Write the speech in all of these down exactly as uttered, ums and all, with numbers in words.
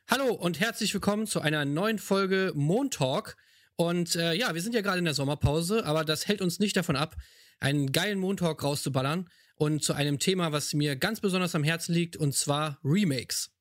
Hallo und herzlich willkommen zu einer neuen Folge Montalk. Und äh, ja, wir sind ja gerade in der Sommerpause, aber das hält uns nicht davon ab, einen geilen Montalk rauszuballern und zu einem Thema, was mir ganz besonders am Herzen liegt, und zwar Remakes.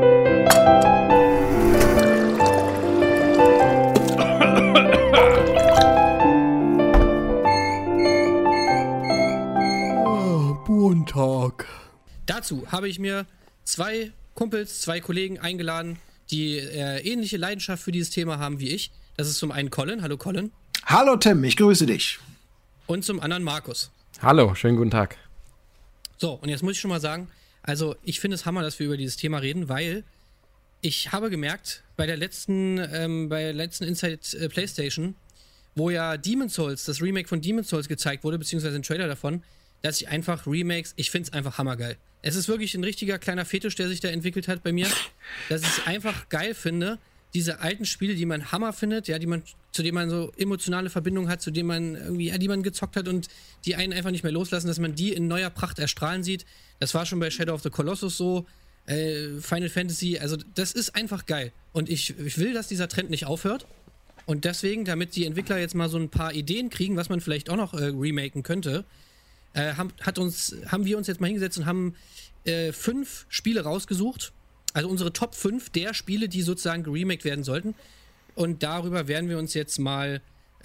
Oh, Montalk. Dazu habe ich mir zwei Kumpels, zwei Kollegen eingeladen, die äh, ähnliche Leidenschaft für dieses Thema haben wie ich. Das ist zum einen Colin. Hallo Colin. Hallo Tim, ich grüße dich. Und zum anderen Markus. Hallo, schönen guten Tag. So, und jetzt muss ich schon mal sagen, also ich finde es Hammer, dass wir über dieses Thema reden, weil ich habe gemerkt, bei der letzten, ähm, bei der letzten Inside äh, PlayStation, wo ja Demon's Souls, das Remake von Demon's Souls gezeigt wurde, beziehungsweise ein Trailer davon, dass ich einfach Remakes, ich finde es einfach hammergeil. Es ist wirklich ein richtiger kleiner Fetisch, der sich da entwickelt hat bei mir, dass ich es einfach geil finde, diese alten Spiele, die man Hammer findet, ja, die man, zu denen man so emotionale Verbindungen hat, zu denen man irgendwie, ja, die man gezockt hat und die einen einfach nicht mehr loslassen, dass man die in neuer Pracht erstrahlen sieht. Das war schon bei Shadow of the Colossus so, äh, Final Fantasy, also das ist einfach geil. Und ich, ich will, dass dieser Trend nicht aufhört. Und deswegen, damit die Entwickler jetzt mal so ein paar Ideen kriegen, was man vielleicht auch noch äh, remaken könnte, Äh, haben, hat uns, haben wir uns jetzt mal hingesetzt und haben äh, fünf Spiele rausgesucht. Also unsere Top fünf der Spiele, die sozusagen geremaked werden sollten. Und darüber werden wir uns jetzt mal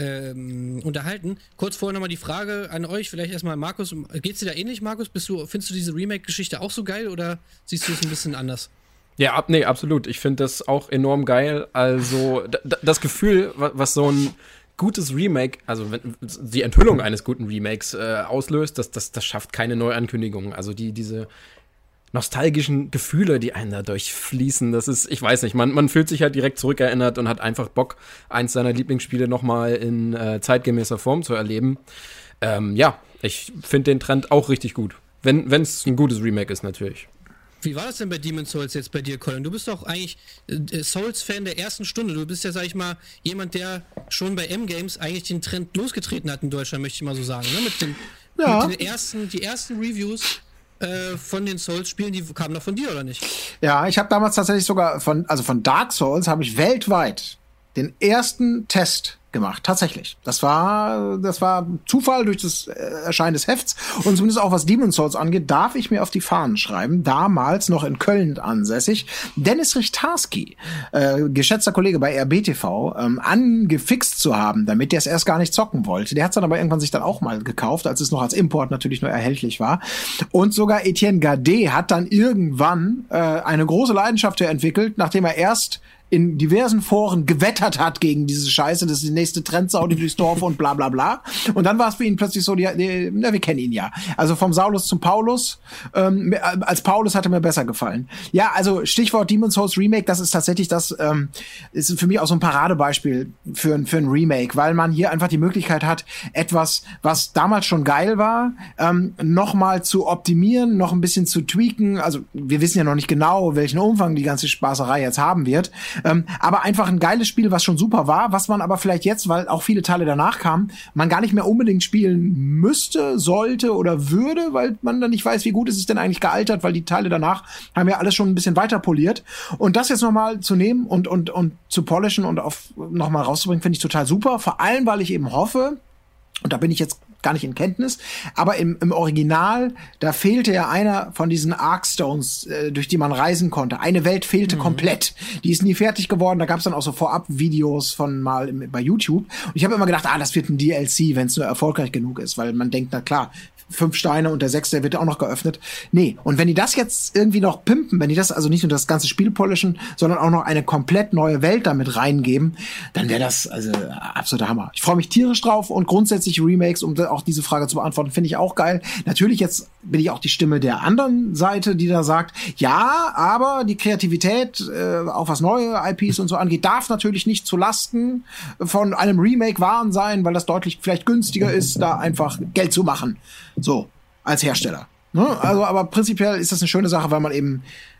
ähm, unterhalten. Kurz vorher nochmal die Frage an euch, vielleicht erstmal Markus. Geht's dir da ähnlich, Markus? Bist du, findest du diese Remake-Geschichte auch so geil oder siehst du es ein bisschen anders? Ja, ab, nee, absolut. Ich finde das auch enorm geil. Also d- d- das Gefühl, was so ein gutes Remake, also wenn, die Enthüllung eines guten Remakes äh, auslöst, das, das, das schafft keine Neuankündigung. Also die, diese nostalgischen Gefühle, die einen da durchfließen, das ist, ich weiß nicht, man, man fühlt sich halt direkt zurückerinnert und hat einfach Bock, eins seiner Lieblingsspiele nochmal in äh, zeitgemäßer Form zu erleben. Ähm, ja, ich finde den Trend auch richtig gut. Wenn es ein gutes Remake ist, natürlich. Wie war das denn bei Demon's Souls jetzt bei dir, Colin? Du bist doch eigentlich äh, Souls-Fan der ersten Stunde. Du bist ja, sag ich mal, jemand, der schon bei M-Games eigentlich den Trend losgetreten hat in Deutschland, möchte ich mal so sagen. Ne? Mit den, Ja. mit den ersten, die ersten Reviews äh, von den Souls-Spielen, die kamen doch von dir, oder nicht? Ja, ich habe damals tatsächlich sogar von, also von Dark Souls habe ich weltweit den ersten Test gemacht, tatsächlich. Das war, das war Zufall durch das Erscheinen des Hefts und zumindest auch was Demon's Souls angeht, darf ich mir auf die Fahnen schreiben, damals noch in Köln ansässig, Dennis Richtarski, äh, geschätzter Kollege bei R B T V, ähm, angefixt zu haben, damit der es erst gar nicht zocken wollte. Der hat es dann aber irgendwann sich dann auch mal gekauft, als es noch als Import natürlich nur erhältlich war. Und sogar Etienne Gardet hat dann irgendwann äh, eine große Leidenschaft entwickelt, nachdem er erst in diversen Foren gewettert hat gegen diese Scheiße, das ist die nächste Trendsau, die durchs Dorf und bla bla bla. Und dann war es für ihn plötzlich so, die, die, na, wir kennen ihn ja. Also vom Saulus zum Paulus. Ähm, als Paulus hat er mir besser gefallen. Ja, also Stichwort Demon's Souls Remake, das ist tatsächlich das, ähm, ist für mich auch so ein Paradebeispiel für, für ein Remake, weil man hier einfach die Möglichkeit hat, etwas, was damals schon geil war, ähm, noch mal zu optimieren, noch ein bisschen zu tweaken. Also wir wissen ja noch nicht genau, welchen Umfang die ganze Spaßerei jetzt haben wird. Ähm, aber einfach ein geiles Spiel, was schon super war, was man aber vielleicht jetzt, weil auch viele Teile danach kamen, man gar nicht mehr unbedingt spielen müsste, sollte oder würde, weil man dann nicht weiß, wie gut ist es denn eigentlich gealtert, weil die Teile danach haben ja alles schon ein bisschen weiter poliert. Und das jetzt nochmal zu nehmen und, und, und zu polishen und auf nochmal rauszubringen, finde ich total super. Vor allem, weil ich eben hoffe, und da bin ich jetzt gar nicht in Kenntnis, aber im, im Original, da fehlte ja einer von diesen Arkstones, äh, durch die man reisen konnte. Eine Welt fehlte mhm. komplett. Die ist nie fertig geworden. Da gab es dann auch so Vorab-Videos von mal im, bei YouTube. Und ich habe immer gedacht, ah, das wird ein D L C, wenn es nur erfolgreich genug ist, weil man denkt, na klar, fünf Steine und der sechste wird auch noch geöffnet. Nee, und wenn die das jetzt irgendwie noch pimpen, wenn die das also nicht nur das ganze Spiel polischen, sondern auch noch eine komplett neue Welt damit reingeben, dann wäre das also absoluter Hammer. Ich freue mich tierisch drauf und grundsätzlich Remakes, um auch diese Frage zu beantworten, finde ich auch geil. Natürlich, jetzt bin ich auch die Stimme der anderen Seite, die da sagt, ja, aber die Kreativität, äh, auch was neue I Ps und so angeht, darf natürlich nicht zu Lasten von einem Remake wahren sein, weil das deutlich vielleicht günstiger ist, da einfach Geld zu machen. So, als Hersteller. Ne? Also, aber prinzipiell ist das eine schöne Sache, weil man eben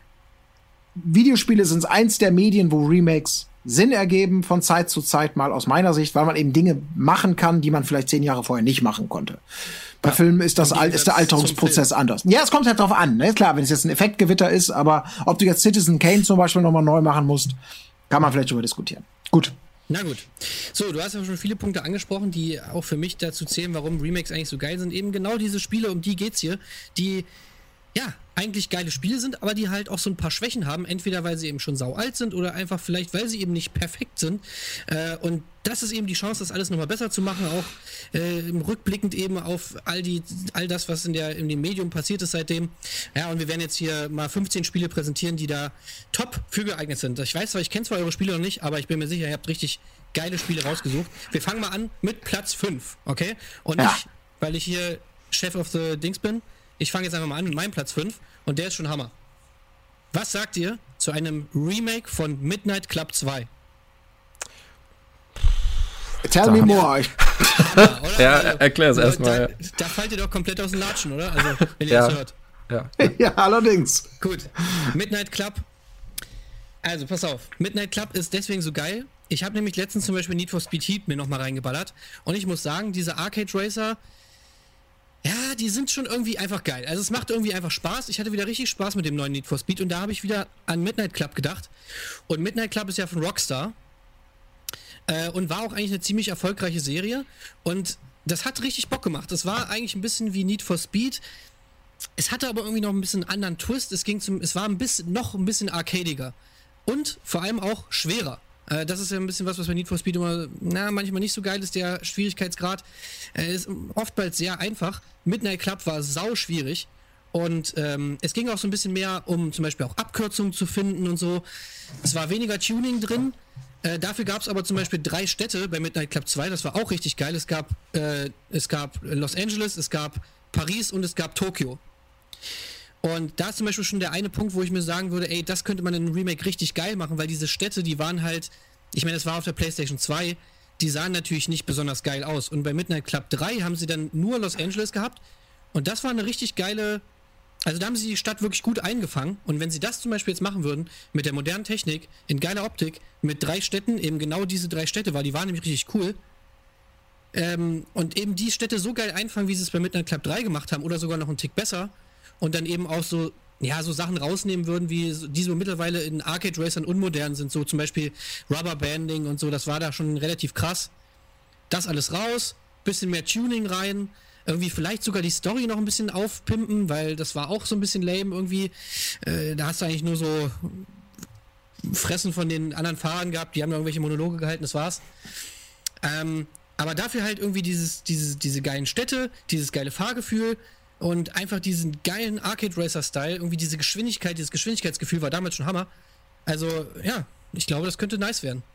Videospiele sind eins der Medien, wo Remakes Sinn ergeben von Zeit zu Zeit mal aus meiner Sicht, weil man eben Dinge machen kann, die man vielleicht zehn Jahre vorher nicht machen konnte. Bei Filmen ist das alt, ist der Alterungsprozess anders. Ja, es kommt halt drauf an, ne? Klar, wenn es jetzt ein Effektgewitter ist, aber ob du jetzt Citizen Kane zum Beispiel nochmal neu machen musst, kann man vielleicht drüber diskutieren. Gut. Na gut. So, du hast ja schon viele Punkte angesprochen, die auch für mich dazu zählen, warum Remakes eigentlich so geil sind. Eben genau diese Spiele, um die geht's hier, die, ja, eigentlich geile Spiele sind, aber die halt auch so ein paar Schwächen haben. Entweder, weil sie eben schon sau alt sind oder einfach vielleicht, weil sie eben nicht perfekt sind. Äh, und das ist eben die Chance, das alles nochmal besser zu machen, auch äh, rückblickend eben auf all die, all das, was in der, in dem Medium passiert ist seitdem. Ja, und wir werden jetzt hier mal fünfzehn Spiele präsentieren, die da top für geeignet sind. Ich weiß zwar, ich kenne zwar eure Spiele noch nicht, aber ich bin mir sicher, ihr habt richtig geile Spiele rausgesucht. Wir fangen mal an mit Platz fünf, okay? Und ja. nicht, weil ich hier Chef of the Dings bin. Ich fange jetzt einfach mal an mit meinem Platz fünf und der ist schon Hammer. Was sagt ihr zu einem Remake von Midnight Club zwei? Tell me more. Hammer, oder? Ja, Also, erklär es erstmal. Da, da fallt ihr doch komplett aus den Latschen, oder? Also, wenn ihr Ja. das hört. Ja. Ja, allerdings. Gut. Midnight Club. Also, pass auf. Midnight Club ist deswegen so geil. Ich habe nämlich letztens zum Beispiel Need for Speed Heat mir nochmal reingeballert. Und ich muss sagen, diese Arcade Racer, ja, die sind schon irgendwie einfach geil. Also es macht irgendwie einfach Spaß. Ich hatte wieder richtig Spaß mit dem neuen Need for Speed und da habe ich wieder an Midnight Club gedacht. Und Midnight Club ist ja von Rockstar äh, und war auch eigentlich eine ziemlich erfolgreiche Serie. Und das hat richtig Bock gemacht. Es war eigentlich ein bisschen wie Need for Speed. Es hatte aber irgendwie noch ein bisschen einen anderen Twist. Es ging zum, es war ein bisschen, noch ein bisschen arcadiger. Und vor allem auch schwerer. Äh, das ist ja ein bisschen was, was bei Need for Speed immer, na, manchmal nicht so geil ist. Der Schwierigkeitsgrad äh, ist oftmals sehr einfach. Midnight Club war sau schwierig. Und ähm, es ging auch so ein bisschen mehr um zum Beispiel auch Abkürzungen zu finden und so. Es war weniger Tuning drin. Äh, dafür gab es aber zum Beispiel drei Städte bei Midnight Club zwei. Das war auch richtig geil. Es gab, äh, es gab Los Angeles, es gab Paris und es gab Tokio. Und da ist zum Beispiel schon der eine Punkt, wo ich mir sagen würde, ey, das könnte man in einem Remake richtig geil machen, weil diese Städte, die waren halt, ich meine, das war auf der PlayStation zwei, die sahen natürlich nicht besonders geil aus. Und bei Midnight Club drei haben sie dann nur Los Angeles gehabt und das war eine richtig geile, also da haben sie die Stadt wirklich gut eingefangen. Und wenn sie das zum Beispiel jetzt machen würden, mit der modernen Technik, in geiler Optik, mit drei Städten, eben genau diese drei Städte, weil die waren nämlich richtig cool, ähm, und eben die Städte so geil einfangen, wie sie es bei Midnight Club drei gemacht haben oder sogar noch einen Tick besser, und dann eben auch so, ja, so Sachen rausnehmen würden, wie so, die so mittlerweile in Arcade Racern unmodern sind, so zum Beispiel Rubberbanding und so, das war da schon relativ krass. Das alles raus, bisschen mehr Tuning rein, irgendwie vielleicht sogar die Story noch ein bisschen aufpimpen, weil das war auch so ein bisschen lame irgendwie. Äh, da hast du eigentlich nur so Fressen von den anderen Fahrern gehabt, die haben irgendwelche Monologe gehalten, das war's. Ähm, aber dafür halt irgendwie dieses, dieses, diese geilen Städte, dieses geile Fahrgefühl, und einfach diesen geilen Arcade-Racer-Style, irgendwie diese Geschwindigkeit, dieses Geschwindigkeitsgefühl war damals schon Hammer. Also, ja, ich glaube, das könnte nice werden.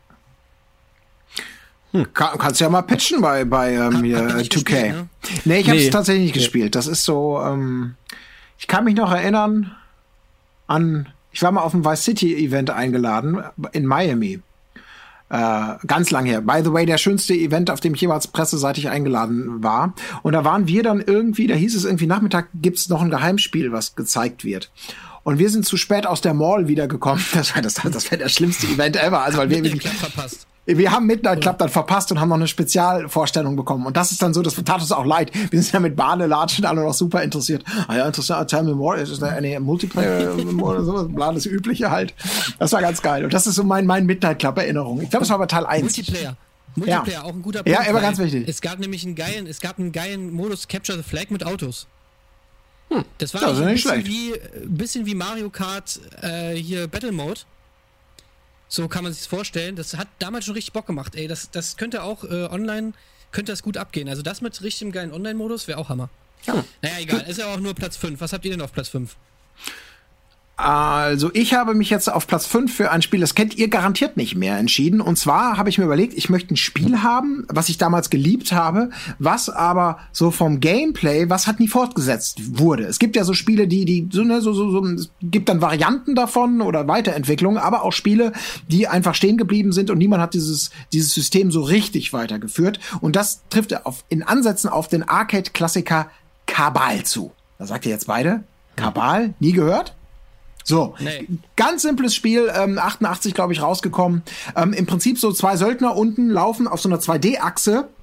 Hm, kann, kannst ja mal pitchen bei, bei ähm, Hab- hier, hab ich nicht zwei K. gespielt, ne? Nee, ich habe es Nee. tatsächlich nicht Nee. gespielt. Das ist so, ähm, ich kann mich noch erinnern an, ich war mal auf dem Vice City Event eingeladen in Miami. Äh, ganz lang her. By the way, der schönste Event, auf dem ich jeweils presseseitig eingeladen war. Und da waren wir dann irgendwie, da hieß es irgendwie, Nachmittag gibt's noch ein Geheimspiel, was gezeigt wird. Und wir sind zu spät aus der Mall wiedergekommen. Das war das, das wär der schlimmste Event ever. Also, weil wir, Den Klapp verpasst. wir haben Midnight Club dann verpasst und haben noch eine Spezialvorstellung bekommen. Und das ist dann so, das tat uns auch leid. Wir sind ja mit Badelatschen alle noch super interessiert. Ah ja, interessant, tell me more. Ist das eine Multiplayer oder sowas? Bla, das Übliche halt. Das war ganz geil. Und das ist so mein, mein Midnight Club-Erinnerung. Ich glaube, das war aber Teil eins. Multiplayer. Multiplayer, Ja. auch ein guter Ja, Punkt. aber weil ganz wichtig. Es gab nämlich einen geilen, es gab einen geilen Modus Capture the Flag mit Autos. Hm, Das war das ist ja eigentlich ein nicht bisschen wie, ein bisschen wie Mario Kart äh, hier Battle Mode. So kann man sich vorstellen. Das hat damals schon richtig Bock gemacht. Ey, das, das könnte auch äh, online, könnte das gut abgehen. Also das mit richtigem geilen Online-Modus wäre auch Hammer. Ja. Naja, egal. Ist ja auch nur Platz fünf. Was habt ihr denn auf Platz fünf? Also ich habe mich jetzt auf Platz fünf für ein Spiel, das kennt ihr garantiert nicht mehr, entschieden. Und zwar habe ich mir überlegt, ich möchte ein Spiel haben, was ich damals geliebt habe, was aber so vom Gameplay, was halt nie fortgesetzt wurde. Es gibt ja so Spiele, die, die so, ne, so, so, so, es gibt dann Varianten davon oder Weiterentwicklungen, aber auch Spiele, die einfach stehen geblieben sind und niemand hat dieses, dieses System so richtig weitergeführt. Und das trifft auf, in Ansätzen auf den Arcade-Klassiker Kabal zu. Da sagt ihr jetzt beide, Kabal, nie gehört? So, Nee. ganz simples Spiel, ähm, achtundachtzig, glaube ich, rausgekommen. Ähm, Im Prinzip so zwei Söldner unten laufen auf so einer zwei D-Achse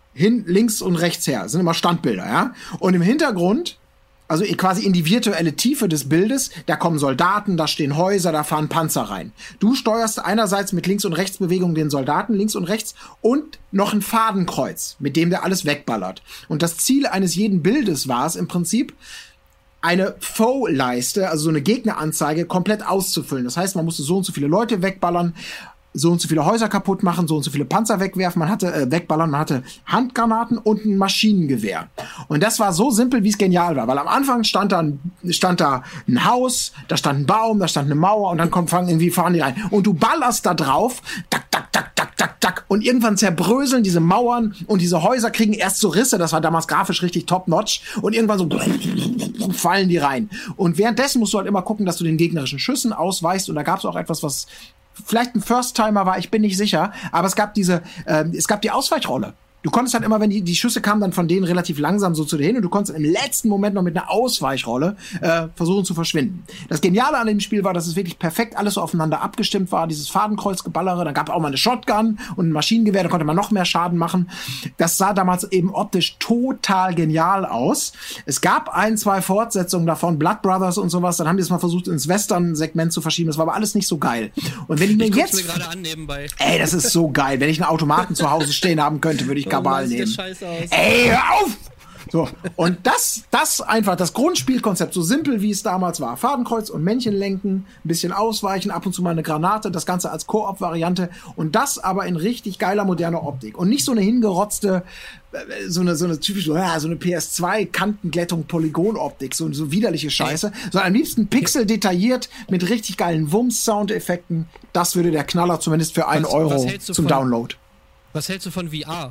hin, links und rechts her. Das sind immer Standbilder, ja. Und im Hintergrund, also quasi in die virtuelle Tiefe des Bildes, da kommen Soldaten, da stehen Häuser, da fahren Panzer rein. Du steuerst einerseits mit Links- und Rechtsbewegung den Soldaten links und rechts und noch ein Fadenkreuz, mit dem der alles wegballert. Und das Ziel eines jeden Bildes war es im Prinzip, eine Foe-Leiste, also so eine Gegneranzeige, komplett auszufüllen. Das heißt, man musste so und so viele Leute wegballern, so und so viele Häuser kaputt machen, so und so viele Panzer wegwerfen, man hatte äh, wegballern, man hatte Handgranaten und ein Maschinengewehr. Und das war so simpel, wie es genial war, weil am Anfang stand da ein, stand da ein Haus, da stand ein Baum, da stand eine Mauer und dann kommen fangen irgendwie fahren die rein und du ballerst da drauf, tak tak tak tak tak tak und irgendwann zerbröseln diese Mauern und diese Häuser kriegen erst so Risse, das war damals grafisch richtig top-notch und irgendwann so fallen die rein. Und währenddessen musst du halt immer gucken, dass du den gegnerischen Schüssen ausweichst und da gab es auch etwas, was vielleicht ein First-Timer war, ich bin nicht sicher, aber es gab diese, äh, es gab die Ausweichrolle. Du konntest halt immer, wenn die, die Schüsse kamen dann von denen relativ langsam so zu dir hin und du konntest im letzten Moment noch mit einer Ausweichrolle äh, versuchen zu verschwinden. Das Geniale an dem Spiel war, dass es wirklich perfekt alles so aufeinander abgestimmt war, dieses Fadenkreuzgeballere, dann gab es auch mal eine Shotgun und ein Maschinengewehr, da konnte man noch mehr Schaden machen. Das sah damals eben optisch total genial aus. Es gab ein, zwei Fortsetzungen davon, Blood Brothers und sowas, dann haben die es mal versucht ins Western-Segment zu verschieben, das war aber alles nicht so geil. Und wenn ich mir ich jetzt... mir gerade an nebenbei. Ey, das ist so geil. Wenn ich einen Automaten zu Hause stehen haben könnte, würde ich Kabal oh, nehmen. Scheiße aus. Ey, hör auf! So, und das, das einfach, das Grundspielkonzept, so simpel wie es damals war. Fadenkreuz und Männchen lenken, ein bisschen ausweichen, ab und zu mal eine Granate, das Ganze als Koop-Variante und das aber in richtig geiler, moderner Optik. Und nicht so eine hingerotzte, so eine, so eine typische, ja, so eine P S zwei Kantenglättung, Polygon-Optik, so, so widerliche Scheiße, sondern am liebsten pixel-detailliert mit richtig geilen Wumms-Soundeffekten. Das würde der Knaller zumindest für einen Was- Euro was hältst du zum von- Download. Was hältst du von V R?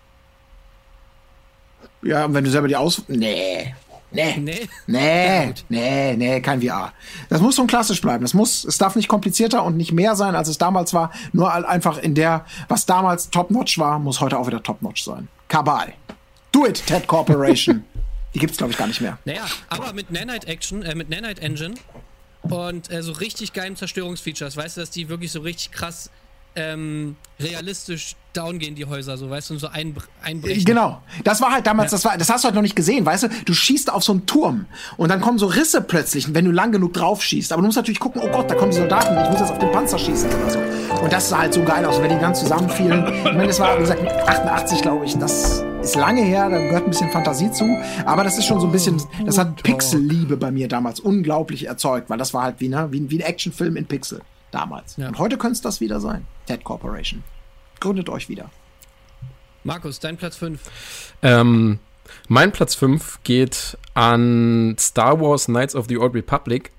Ja, und wenn du selber die aus... Nee. Nee. Nee? Nee, nee, nee, kein V R. Das muss schon klassisch bleiben. Das muss, es darf nicht komplizierter und nicht mehr sein, als es damals war. Nur halt einfach in der, was damals Top-Notch war, muss heute auch wieder Top-Notch sein. Kabal. Do it, Ted Corporation. Die gibt's, glaube ich, gar nicht mehr. Naja, aber mit Nanite Action, äh, mit Nanite Engine und äh, so richtig geilen Zerstörungsfeatures, weißt du, dass die wirklich so richtig krass ähm, realistisch down gehen, die Häuser, so, weißt du, und so ein, einbrechen. Genau. Das war halt damals, Ja. das war, das hast du halt noch nicht gesehen, weißt du? Du schießt auf so einen Turm und dann kommen so Risse plötzlich, wenn du lang genug drauf schießt. Aber du musst natürlich gucken, oh Gott, da kommen die Soldaten, ich muss jetzt auf den Panzer schießen oder so. Und das sah halt so geil aus, wenn die dann zusammenfielen. Ich meine, das war, wie gesagt, achtundachtzig, glaube ich, das ist lange her, da gehört ein bisschen Fantasie zu, aber das ist schon so ein bisschen, das hat Pixelliebe bei mir damals unglaublich erzeugt, weil das war halt wie, ne, wie, wie ein Actionfilm in Pixel damals. Ja. Und heute könnte es das wieder sein. Ted Corporation. Gründet euch wieder. Markus, dein Platz fünf. Ähm, mein Platz fünf geht an Star Wars Knights of the Old Republic.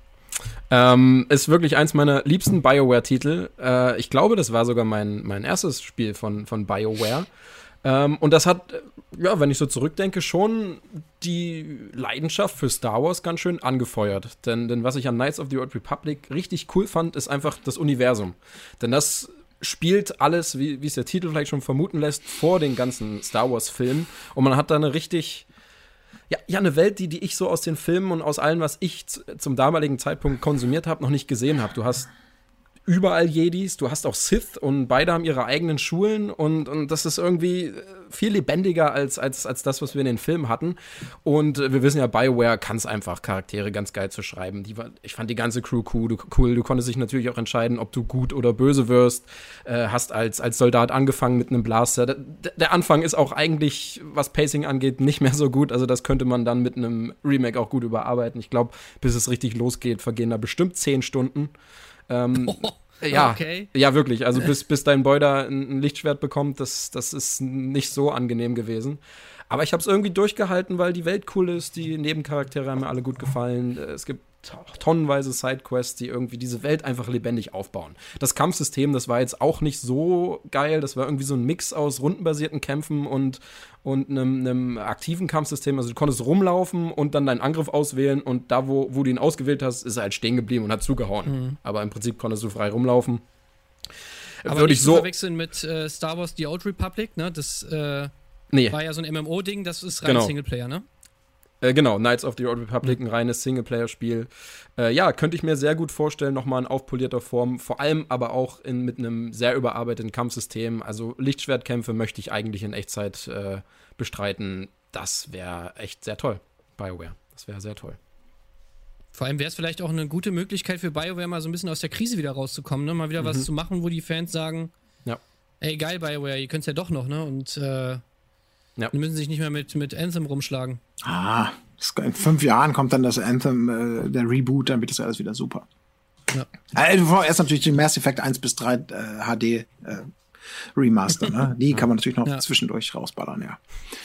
Ähm, ist wirklich eins meiner liebsten BioWare-Titel. Äh, ich glaube, das war sogar mein, mein erstes Spiel von, von BioWare. Ähm, und das hat, ja, wenn ich so zurückdenke, schon die Leidenschaft für Star Wars ganz schön angefeuert. Denn, denn was ich an Knights of the Old Republic richtig cool fand, ist einfach das Universum. Denn das spielt alles, wie wie es der Titel vielleicht schon vermuten lässt, vor den ganzen Star Wars-Filmen. Und man hat da eine richtig, ja, ja, eine Welt, die, die ich so aus den Filmen und aus allem, was ich z- zum damaligen Zeitpunkt konsumiert habe, noch nicht gesehen habe. Du hast überall Jedis, du hast auch Sith und beide haben ihre eigenen Schulen und, und das ist irgendwie viel lebendiger als, als, als das, was wir in den Filmen hatten. Und wir wissen ja, BioWare kann es einfach, Charaktere ganz geil zu schreiben. Die war, ich fand die ganze Crew cool, du, cool. Du konntest dich natürlich auch entscheiden, ob du gut oder böse wirst. Äh, hast als, als Soldat angefangen mit einem Blaster. Der, der Anfang ist auch eigentlich, was Pacing angeht, nicht mehr so gut. Also das könnte man dann mit einem Remake auch gut überarbeiten. Ich glaube, bis es richtig losgeht, vergehen da bestimmt zehn Stunden. Ähm, Oh, ja, okay. ja, wirklich. Also bis, bis dein Boy da ein, ein Lichtschwert bekommt, das, das ist nicht so angenehm gewesen. Aber ich habe es irgendwie durchgehalten, weil die Welt cool ist, die Nebencharaktere haben mir alle gut gefallen. Es gibt tonnenweise Sidequests, die irgendwie diese Welt einfach lebendig aufbauen. Das Kampfsystem, das war jetzt auch nicht so geil. Das war irgendwie so ein Mix aus rundenbasierten Kämpfen und, und einem, einem aktiven Kampfsystem. Also du konntest rumlaufen und dann deinen Angriff auswählen und da, wo, wo du ihn ausgewählt hast, ist er halt stehen geblieben und hat zugehauen. Mhm. Aber im Prinzip konntest du frei rumlaufen. Aber Würde nicht ich zu so verwechseln mit äh, Star Wars The Old Republic, ne? Das äh, nee. war ja so ein M M O-Ding, das ist rein Genau. Singleplayer, ne? Äh, genau, Knights of the Old Republic, ein reines Singleplayer-Spiel. Äh, ja, könnte ich mir sehr gut vorstellen, nochmal in aufpolierter Form. Vor allem aber auch in, mit einem sehr überarbeiteten Kampfsystem. Also Lichtschwertkämpfe möchte ich eigentlich in Echtzeit äh, bestreiten. Das wäre echt sehr toll. BioWare, das wäre sehr toll. Vor allem wäre es vielleicht auch eine gute Möglichkeit für BioWare, mal so ein bisschen aus der Krise wieder rauszukommen, ne? Mal wieder mhm. was zu machen, wo die Fans sagen, ja. ey, geil, BioWare, ihr könnt es ja doch noch, ne? Und äh, ja. die müssen sich nicht mehr mit, mit Anthem rumschlagen. Ah, in fünf Jahren kommt dann das Anthem, äh, der Reboot, dann wird das alles wieder super. Ja. Also erst natürlich die Mass Effect eins bis drei äh, H D äh, Remaster, ne? Die kann man natürlich noch ja. zwischendurch rausballern, ja.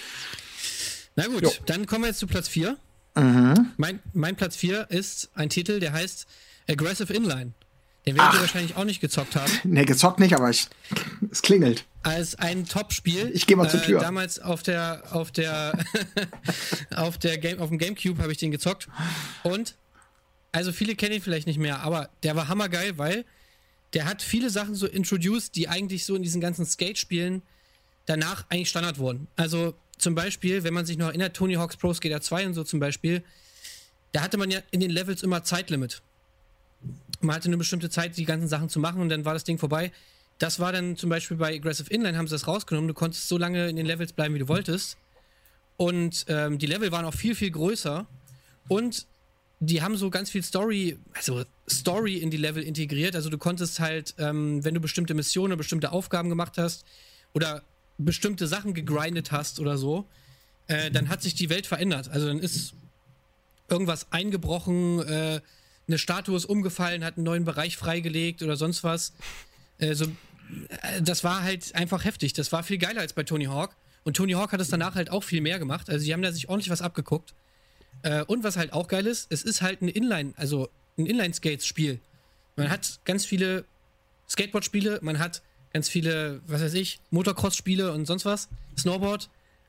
Na gut, jo. Dann kommen wir jetzt zu Platz vier. Mhm. Mein, mein Platz vier ist ein Titel, der heißt Aggressive Inline. Den werdet ihr wahrscheinlich auch nicht gezockt haben. Nee, gezockt nicht, aber ich, es klingelt. Als ein Top-Spiel. Ich gehe mal zur Tür. Äh, damals auf der, auf der, auf der Game, auf dem Gamecube habe ich den gezockt. Und, also viele kennen ihn vielleicht nicht mehr, aber der war hammergeil, weil der hat viele Sachen so introduced, die eigentlich so in diesen ganzen Skate-Spielen danach eigentlich Standard wurden. Also, zum Beispiel, wenn man sich noch erinnert, Tony Hawk's Pro Skater zwei und so zum Beispiel, da hatte man ja in den Levels immer Zeitlimit. Man hatte eine bestimmte Zeit, die ganzen Sachen zu machen und dann war das Ding vorbei. Das war dann zum Beispiel bei Aggressive Inline, haben sie das rausgenommen. Du konntest so lange in den Levels bleiben, wie du wolltest. Und ähm, die Level waren auch viel, viel größer. Und die haben so ganz viel Story, also Story in die Level integriert. Also du konntest halt, ähm, wenn du bestimmte Missionen, bestimmte Aufgaben gemacht hast oder bestimmte Sachen gegrindet hast oder so, äh, dann hat sich die Welt verändert. Also dann ist irgendwas eingebrochen, äh, eine Statue ist umgefallen, hat einen neuen Bereich freigelegt oder sonst was. Äh, so, äh, das war halt einfach heftig. Das war viel geiler als bei Tony Hawk. Und Tony Hawk hat es danach halt auch viel mehr gemacht. Also die haben da sich ordentlich was abgeguckt. Äh, und was halt auch geil ist, es ist halt ein Inline, also ein Inline-Skates-Spiel. Man hat ganz viele Skateboard-Spiele, man hat ganz viele, was weiß ich, Motocross-Spiele und sonst was, Snowboard,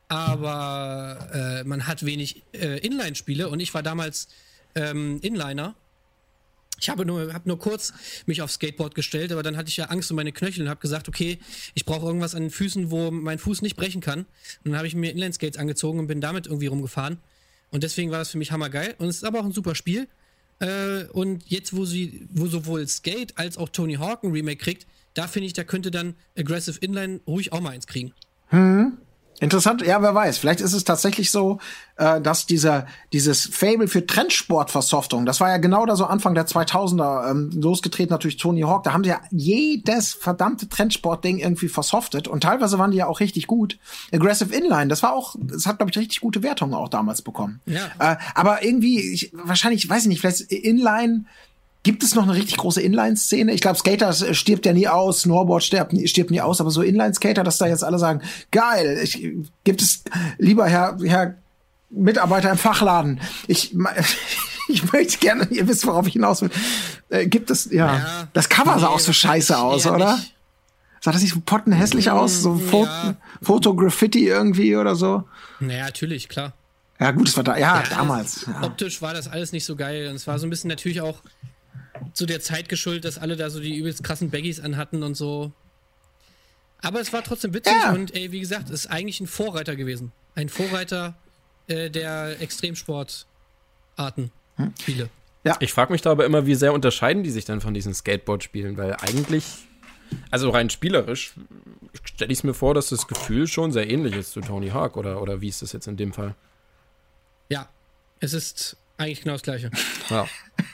aber äh, man hat wenig äh, Inline-Spiele und ich war damals ähm, Inliner. Ich habe nur, hab nur kurz mich aufs Skateboard gestellt, aber dann hatte ich ja Angst um meine Knöchel und habe gesagt, okay, ich brauche irgendwas an den Füßen, wo mein Fuß nicht brechen kann. Und dann habe ich mir Inline-Skates angezogen und bin damit irgendwie rumgefahren. Und deswegen war das für mich hammergeil. Und es ist aber auch ein super Spiel. Äh, und jetzt, wo sie, wo sowohl Skate als auch Tony Hawk ein Remake kriegt, da finde ich, da könnte dann Aggressive Inline ruhig auch mal eins kriegen. Hm. Interessant, ja, wer weiß. Vielleicht ist es tatsächlich so, äh, dass dieser dieses Fable für Trendsportversoftung, das war ja genau da so Anfang der zweitausender ähm, losgetreten, natürlich Tony Hawk, da haben sie ja jedes verdammte Trendsport-Ding irgendwie versoftet und teilweise waren die ja auch richtig gut. Aggressive Inline, das war auch, das hat, glaube ich, richtig gute Wertungen auch damals bekommen. Ja. Äh, aber irgendwie, ich, wahrscheinlich, weiß ich nicht, vielleicht Inline. Gibt es noch eine richtig große Inline-Szene? Ich glaube, Skater stirbt ja nie aus, Snowboard stirbt, stirbt nie aus, aber so Inline-Skater, dass da jetzt alle sagen, geil, ich, gibt es, lieber Herr, Herr Mitarbeiter im Fachladen, ich, ich möchte gerne, ihr wisst, worauf ich hinaus will, äh, gibt es, ja, ja das Cover sah nee, auch so scheiße aus, oder? Nicht. Sah das nicht so pottenhässlich mm, aus? So Fo- ja. Foto-Graffiti irgendwie oder so? Naja, natürlich, klar. Ja, gut, es war da, ja, ja Das, damals. Ja. Optisch war das alles nicht so geil und es war so ein bisschen natürlich auch zu der Zeit geschuldet, dass alle da so die übelst krassen Baggies anhatten und so. Aber es war trotzdem witzig ja. und ey, wie gesagt, es ist eigentlich ein Vorreiter gewesen. Ein Vorreiter äh, der Extremsportarten, hm. Spiele. Ja. Ich frage mich da aber immer, wie sehr unterscheiden die sich dann von diesen Skateboard-Spielen, weil eigentlich, also rein spielerisch, stelle ich es mir vor, dass das Gefühl schon sehr ähnlich ist zu Tony Hawk, oder, oder wie ist das jetzt in dem Fall? Ja, es ist eigentlich genau das Gleiche. Ja.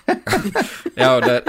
Ja, oder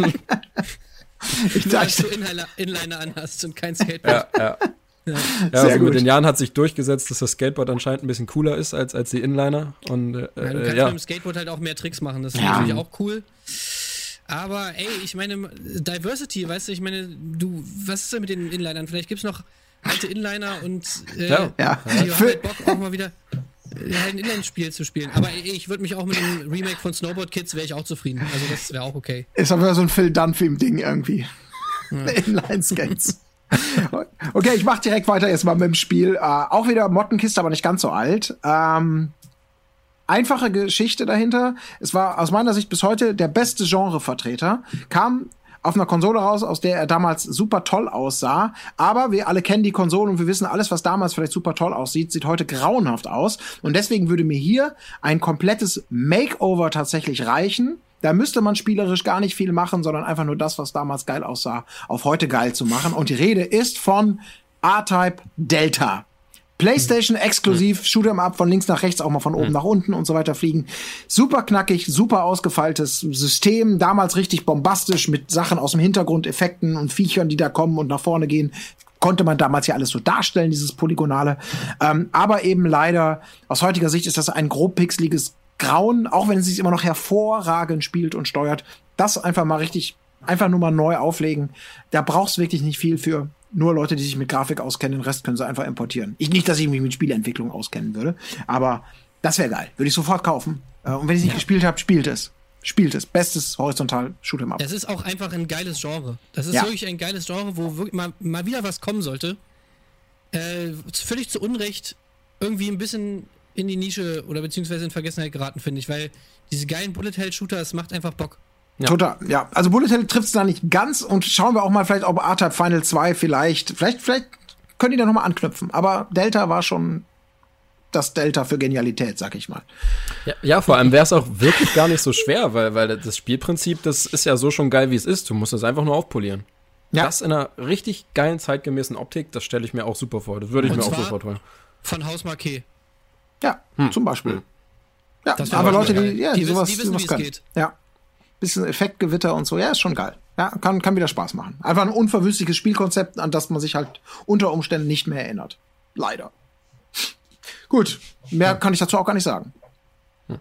ich dachte, dass du Inliner, Inliner anhast und kein Skateboard. Ja, ja. Ja, ja also mit den Jahren hat sich durchgesetzt, dass das Skateboard anscheinend ein bisschen cooler ist als, als die Inliner. Und, äh, ja, du kannst ja. mit dem Skateboard halt auch mehr Tricks machen, das ist ja. natürlich auch cool. Aber ey, ich meine, Diversity, weißt du, ich meine, du, was ist denn mit den Inlinern? Vielleicht gibt's noch alte Inliner und äh, ja. Ja. die haben halt Bock auch mal wieder halt ein Inline-Spiel zu spielen. Aber ey, ich würde mich auch mit einem Remake von Snowboard Kids, wäre ich auch zufrieden. Also das wäre auch okay. Ist aber so ein Phil Dunphy-Ding irgendwie. Ja. Inline-Skates. Okay, ich mach direkt weiter jetzt mal mit dem Spiel. Äh, auch wieder Mottenkiste, aber nicht ganz so alt. Ähm, einfache Geschichte dahinter. Es war aus meiner Sicht bis heute der beste Genrevertreter. Kam auf einer Konsole raus, aus der er damals super toll aussah. Aber wir alle kennen die Konsole und wir wissen, alles, was damals vielleicht super toll aussieht, sieht heute grauenhaft aus. Und deswegen würde mir hier ein komplettes Makeover tatsächlich reichen. Da müsste man spielerisch gar nicht viel machen, sondern einfach nur das, was damals geil aussah, auf heute geil zu machen. Und die Rede ist von R-Type Delta. PlayStation exklusiv, Shoot'em Up von links nach rechts, auch mal von oben mhm. nach unten und so weiter fliegen. Super knackig, super ausgefeiltes System, damals richtig bombastisch mit Sachen aus dem Hintergrund, Effekten und Viechern, die da kommen und nach vorne gehen. Konnte man damals ja alles so darstellen, dieses Polygonale. Ähm, aber eben leider, aus heutiger Sicht ist das ein grob pixeliges Grauen, auch wenn es sich immer noch hervorragend spielt und steuert. Das einfach mal richtig, einfach nur mal neu auflegen. Da brauchst du wirklich nicht viel für. Nur Leute, die sich mit Grafik auskennen, den Rest können sie einfach importieren. Ich nicht, dass ich mich mit Spieleentwicklung auskennen würde, aber das wäre geil. Würde ich sofort kaufen. Und wenn ich es nicht ja. gespielt habe, spielt es. Spielt es. Bestes horizontal Shoot'em Up. Das ist auch einfach ein geiles Genre. Das ist ja. wirklich ein geiles Genre, wo wirklich mal, mal wieder was kommen sollte. Äh, völlig zu Unrecht irgendwie ein bisschen in die Nische oder beziehungsweise in Vergessenheit geraten, finde ich, weil diese geilen Bullet-Hell-Shooter, das macht einfach Bock. Ja. Total, ja. Also Bullet Hell trifft es da nicht ganz und schauen wir auch mal vielleicht, ob R-Type Final zwei vielleicht, vielleicht, vielleicht können die da nochmal anknüpfen. Aber Delta war schon das Delta für Genialität, sag ich mal. Ja, ja vor allem wäre es auch wirklich gar nicht so schwer, weil, weil das Spielprinzip, das ist ja so schon geil, wie es ist. Du musst es einfach nur aufpolieren. Ja. Das in einer richtig geilen, zeitgemäßen Optik, das stelle ich mir auch super vor. Das würde ich und mir auch sofort holen. Von Haus Marquet. Ja, hm. zum Beispiel. Hm. Ja, aber Leute, die, ja, die sowas, wissen, die wissen sowas wie können. es geht. Ja. Bisschen Effektgewitter und so, ja, ist schon geil. Ja, kann, kann wieder Spaß machen. Einfach ein unverwüstliches Spielkonzept, an das man sich halt unter Umständen nicht mehr erinnert. Leider. Gut, mehr kann ich dazu auch gar nicht sagen. Hm.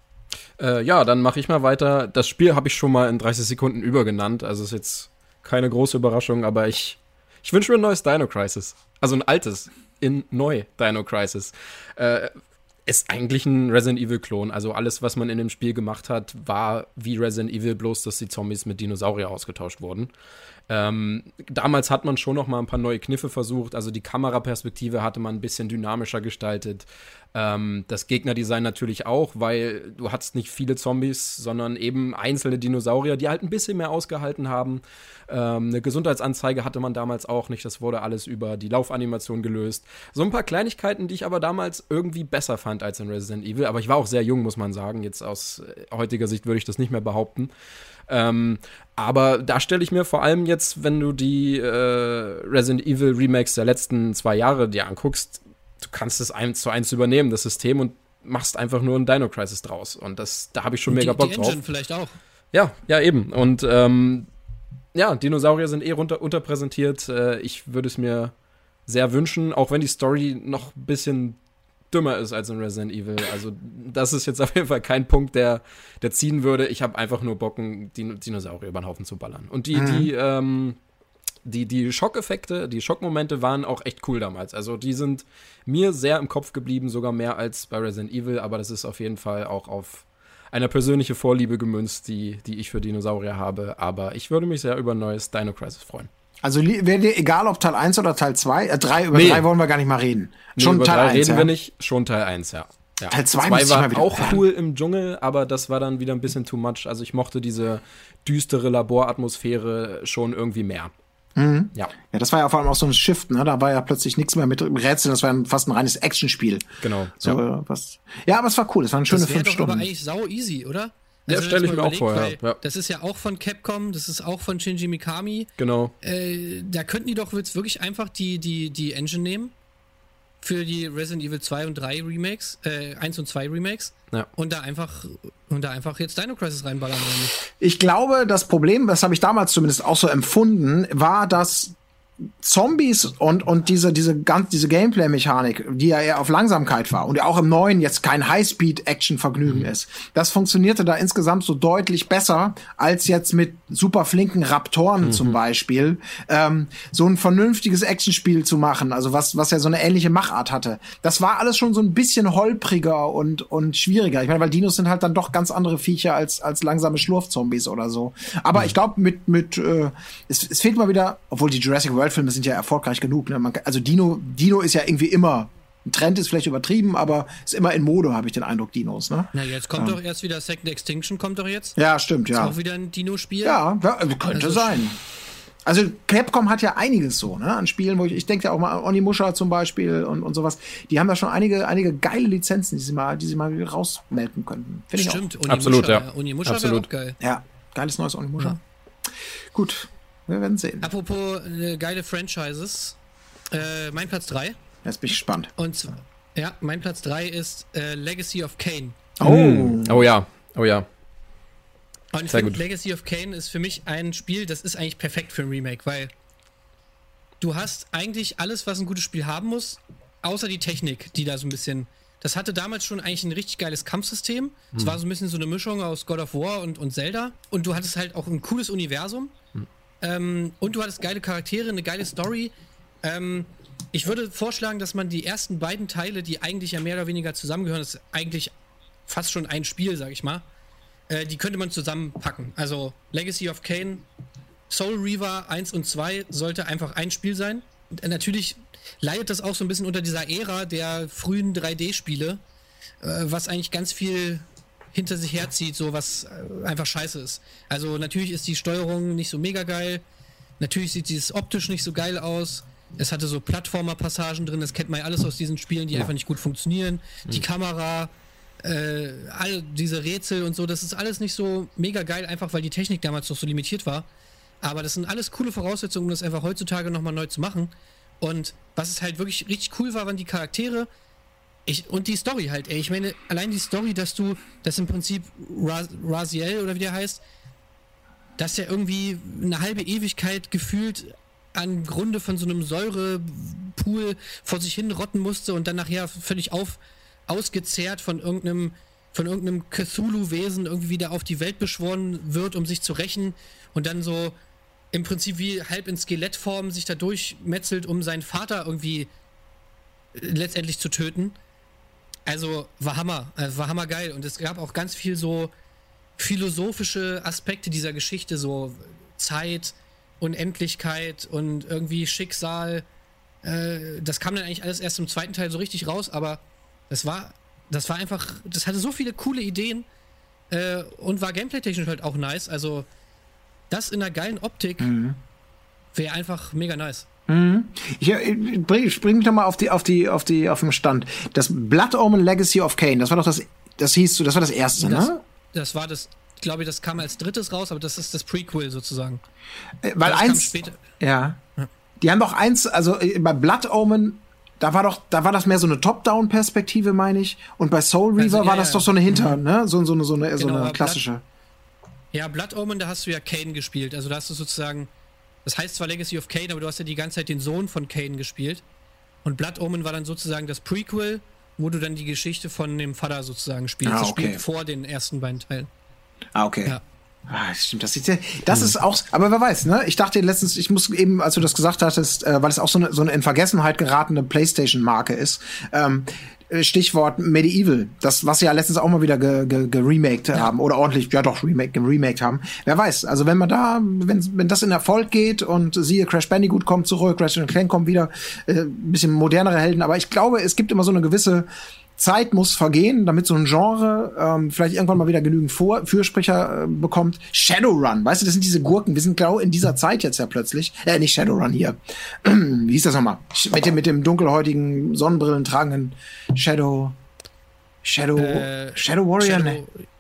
Äh, ja, dann mache ich mal weiter. Das Spiel habe ich schon mal in dreißig Sekunden übergenannt, also ist jetzt keine große Überraschung, aber ich, ich wünsche mir ein neues Dino Crisis. Also ein altes, in neu Dino Crisis. Äh, Ist eigentlich ein Resident Evil-Klon. Also alles, was man in dem Spiel gemacht hat, war wie Resident Evil, bloß dass die Zombies mit Dinosaurier ausgetauscht wurden. Ähm, damals hat man schon noch mal ein paar neue Kniffe versucht. Also die Kameraperspektive hatte man ein bisschen dynamischer gestaltet. Ähm, das Gegnerdesign natürlich auch, weil du hattest nicht viele Zombies, sondern eben einzelne Dinosaurier, die halt ein bisschen mehr ausgehalten haben. Ähm, eine Gesundheitsanzeige hatte man damals auch nicht. Das wurde alles über die Laufanimation gelöst. So ein paar Kleinigkeiten, die ich aber damals irgendwie besser fand als in Resident Evil. Aber ich war auch sehr jung, muss man sagen. Jetzt aus heutiger Sicht würde ich das nicht mehr behaupten. Ähm, aber da stelle ich mir vor allem jetzt, wenn du die äh, Resident Evil Remakes der letzten zwei Jahre dir anguckst, du kannst es eins zu eins übernehmen, das System, und machst einfach nur ein Dino Crisis draus. Und das, da habe ich schon und mega die, Bock die drauf. Engine vielleicht auch. Ja, ja eben. Und ähm, ja, Dinosaurier sind eh runter, unterpräsentiert. Äh, ich würde es mir sehr wünschen, auch wenn die Story noch ein bisschen dümmer ist als in Resident Evil. Also das ist jetzt auf jeden Fall kein Punkt, der, der ziehen würde. Ich habe einfach nur Bock, einen Din- Dinosaurier über den Haufen zu ballern. Und die, mhm. die, ähm, die, die Schockeffekte, die Schockmomente waren auch echt cool damals. Also die sind mir sehr im Kopf geblieben, sogar mehr als bei Resident Evil. Aber das ist auf jeden Fall auch auf eine persönliche Vorliebe gemünzt, die, die ich für Dinosaurier habe. Aber ich würde mich sehr über ein neues Dino Crisis freuen. Also wäre dir egal, ob Teil eins oder Teil zwei? Äh, drei, über nee. drei wollen wir gar nicht mal reden. Nee, schon über Teil drei eins, reden ja? wir nicht, schon Teil eins, ja. ja. Teil zwei war wieder auch planen. cool im Dschungel, aber das war dann wieder ein bisschen too much. Also ich mochte diese düstere Laboratmosphäre schon irgendwie mehr. Mhm. Ja. Ja, das war ja vor allem auch so ein Shift, ne? Da war ja plötzlich nichts mehr mit Rätseln, das war fast ein reines Actionspiel. Genau. So, ja. Was, ja, aber es war cool, es waren schöne das fünf doch Stunden. Aber eigentlich sau easy, oder? Ja, Also, stelle ich mir auch vor, ja. ja. Das ist ja auch von Capcom, das ist auch von Shinji Mikami. Genau. Äh, da könnten die doch jetzt wirklich einfach die, die, die Engine nehmen für die Resident Evil zwei und drei Remakes, äh, eins und zwei Remakes. Ja. Und da einfach und da einfach jetzt Dino Crisis reinballern. Oder nicht? Ich glaube, das Problem, das habe ich damals zumindest auch so empfunden, war, dass Zombies und und diese diese ganz diese Gameplay-Mechanik, die ja eher auf Langsamkeit war und ja auch im neuen jetzt kein High-Speed-Action-Vergnügen mhm. ist, das funktionierte da insgesamt so deutlich besser als jetzt mit super flinken Raptoren mhm. zum Beispiel, ähm, so ein vernünftiges Actionspiel zu machen, also was was ja so eine ähnliche Machart hatte. Das war alles schon so ein bisschen holpriger und und schwieriger. Ich meine, weil Dinos sind halt dann doch ganz andere Viecher als als langsame Schlurfzombies oder so. Aber mhm. ich glaube mit mit äh, es, es fehlt mal wieder, obwohl die Jurassic World Filme sind ja erfolgreich genug. Ne? Man, also Dino, Dino ist ja irgendwie immer ein Trend ist vielleicht übertrieben, aber ist immer in Mode, habe ich den Eindruck, Dinos, ne? Na, jetzt kommt Ja. doch erst wieder Second Extinction, kommt doch jetzt. Ja, stimmt, Ist ja. auch wieder ein Dino-Spiel. Ja, ja, könnte Also sein. Also Capcom hat ja einiges so, ne, an Spielen, wo ich, ich denke ja auch mal an Onimusha zum Beispiel und, und sowas. Die haben da schon einige, einige geile Lizenzen, die sie mal, die sie mal rausmelken könnten. Finde ich auch. Stimmt, Onimusha, Absolut, ja. Onimusha wäre Absolut. auch geil. Ja, geiles neues Onimusha. Ja. Gut, wir werden sehen. Apropos äh, geile Franchises, äh, mein Platz drei. Jetzt bin ich gespannt. Und zwar, ja, mein Platz drei ist äh, Legacy of Kain. Oh. Oh ja, oh ja. Und ich Sehr finde, gut. Legacy of Kain ist für mich ein Spiel, das ist eigentlich perfekt für ein Remake, weil du hast eigentlich alles, was ein gutes Spiel haben muss, außer die Technik, die da so ein bisschen... Das hatte damals schon eigentlich ein richtig geiles Kampfsystem. Es Hm. war so ein bisschen so eine Mischung aus God of War und, und Zelda. Und du hattest halt auch ein cooles Universum. Hm. Ähm, und du hattest geile Charaktere, eine geile Story. Ähm, ich würde vorschlagen, dass man die ersten beiden Teile, die eigentlich ja mehr oder weniger zusammengehören, das ist eigentlich fast schon ein Spiel, sag ich mal, äh, die könnte man zusammenpacken. Also Legacy of Kain, Soul Reaver eins und zwei sollte einfach ein Spiel sein. Und, äh, natürlich leidet das auch so ein bisschen unter dieser Ära der frühen drei D-Spiele, äh, was eigentlich ganz viel hinter sich herzieht, so was äh, einfach scheiße ist. Also natürlich ist die Steuerung nicht so mega geil, natürlich sieht es optisch nicht so geil aus, es hatte so Plattformer-Passagen drin, das kennt man ja alles aus diesen Spielen, die einfach nicht gut funktionieren. Die Kamera, äh, all diese Rätsel und so, das ist alles nicht so mega geil, einfach weil die Technik damals noch so limitiert war. Aber das sind alles coole Voraussetzungen, um das einfach heutzutage nochmal neu zu machen. Und was es halt wirklich richtig cool war, waren die Charaktere ich, und die Story halt, ey. Ich meine, allein die Story, dass du, dass im Prinzip Raz- Raziel oder wie der heißt, dass er irgendwie eine halbe Ewigkeit gefühlt an Grunde von so einem Säurepool vor sich hin rotten musste und dann nachher völlig auf, ausgezehrt von irgendeinem von irgendeinem Cthulhu-Wesen irgendwie wieder auf die Welt beschworen wird, um sich zu rächen und dann so im Prinzip wie halb in Skelettform sich da durchmetzelt, um seinen Vater irgendwie letztendlich zu töten. Also war Hammer, also war hammergeil. Und es gab auch ganz viel so philosophische Aspekte dieser Geschichte, so Zeit, Unendlichkeit und irgendwie Schicksal. Äh, das kam dann eigentlich alles erst im zweiten Teil so richtig raus, aber das war, das war einfach, das hatte so viele coole Ideen äh, und war gameplay-technisch halt auch nice. Also das in einer geilen Optik Mhm. wäre einfach mega nice. Mhm. Ich, ich bring, spring mich noch mal auf die, auf die, auf die, auf den Stand. Das Blood Omen Legacy of Kain, das war doch das, das hieß so, das war das erste, Das, ne? das war das, ich glaube, das kam als drittes raus, aber das ist das Prequel sozusagen. Äh, Weil das kam eins, später. ja, die haben doch eins, also äh, bei Blood Omen, da war doch, da war das mehr so eine Top-Down-Perspektive, meine ich, und bei Soul Reaver Also, ja, war das ja. doch so eine Hinter, ne? So, so eine, so eine, so Genau, eine aber klassische. Ja, Blood Omen, da hast du ja Kain gespielt. Also da hast du sozusagen, das heißt zwar Legacy of Kain, aber du hast ja die ganze Zeit den Sohn von Kain gespielt. Und Blood Omen war dann sozusagen das Prequel, wo du dann die Geschichte von dem Vater sozusagen spielst. Ah, Das okay. spielt vor den ersten beiden Teilen. Ah, okay. Ja. Ah, stimmt, das ist ja, das ist auch, aber wer weiß, ne? Ich dachte letztens, ich muss eben, als du das gesagt hattest, äh, weil es auch so eine, so eine in Vergessenheit geratene PlayStation-Marke ist, ähm, Stichwort Medieval, das, was sie ja letztens auch mal wieder ge, ge, geremaked Ja. haben, oder ordentlich, ja doch, remake, geremaked haben. Wer weiß, also wenn man da, wenn, wenn das in Erfolg geht und siehe, Crash Bandicoot kommt zurück, Crash and Clank kommt wieder, äh, ein bisschen modernere Helden, aber ich glaube, es gibt immer so eine gewisse Zeit muss vergehen, damit so ein Genre ähm, vielleicht irgendwann mal wieder genügend Vor Fürsprecher äh, bekommt. Shadowrun, weißt du, das sind diese Gurken. Wir sind genau in dieser Zeit jetzt ja plötzlich. Äh, nicht Shadowrun hier. Wie hieß das nochmal? Mit dem, mit dem dunkelhäutigen, Sonnenbrillen tragenden Shadow... Shadow... Äh, Shadow Warrior? Shadow, Ne.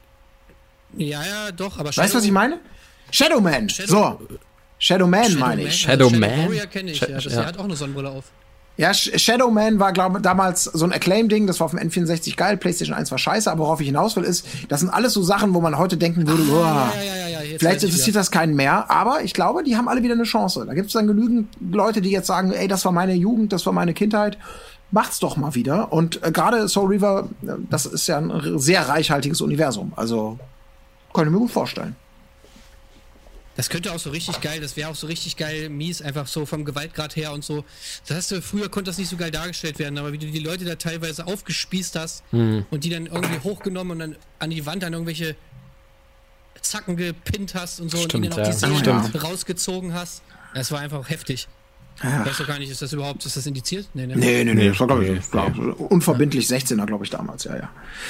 Ja, ja, doch, aber Weißt du, was ich meine? Shadowman. Shadow- so. Shadowman Shadow meine Man, ich. Shadow also Man? Shadow Warrior kenne ich, Sh- ja. Das ja. der hat auch eine Sonnenbrille auf. Ja, Sh- Shadowman war, glaube ich, damals so ein Acclaim-Ding, das war auf dem N vierundsechzig geil, PlayStation eins war scheiße, aber worauf ich hinaus will, ist, das sind alles so Sachen, wo man heute denken würde, oh, Ja, ja, ja, ja, jetzt vielleicht weiß ich interessiert wieder. das keinen mehr, aber ich glaube, die haben alle wieder eine Chance. Da gibt es dann genügend Leute, die jetzt sagen, ey, das war meine Jugend, das war meine Kindheit, macht's doch mal wieder. Und äh, gerade Soul Reaver, äh, das ist ja ein r- sehr reichhaltiges Universum, also könnte ich mir gut vorstellen. Das könnte auch so richtig geil, das wäre auch so richtig geil mies, einfach so vom Gewaltgrad her und so. Das hast du, früher konnte das nicht so geil dargestellt werden, aber wie du die Leute da teilweise aufgespießt hast Mhm. und die dann irgendwie hochgenommen und dann an die Wand dann irgendwelche Zacken gepinnt hast und so Stimmt, und ihnen dann auch ja. die Seelen Stimmt. rausgezogen hast. Das war einfach heftig. Ja. Ich weiß doch gar nicht, ist das überhaupt, ist das indiziert? Nee, ne? Nee, nee, nee, das war, glaube ich, Nee, war unverbindlich sechzehner, glaube ich, damals, ja, ja.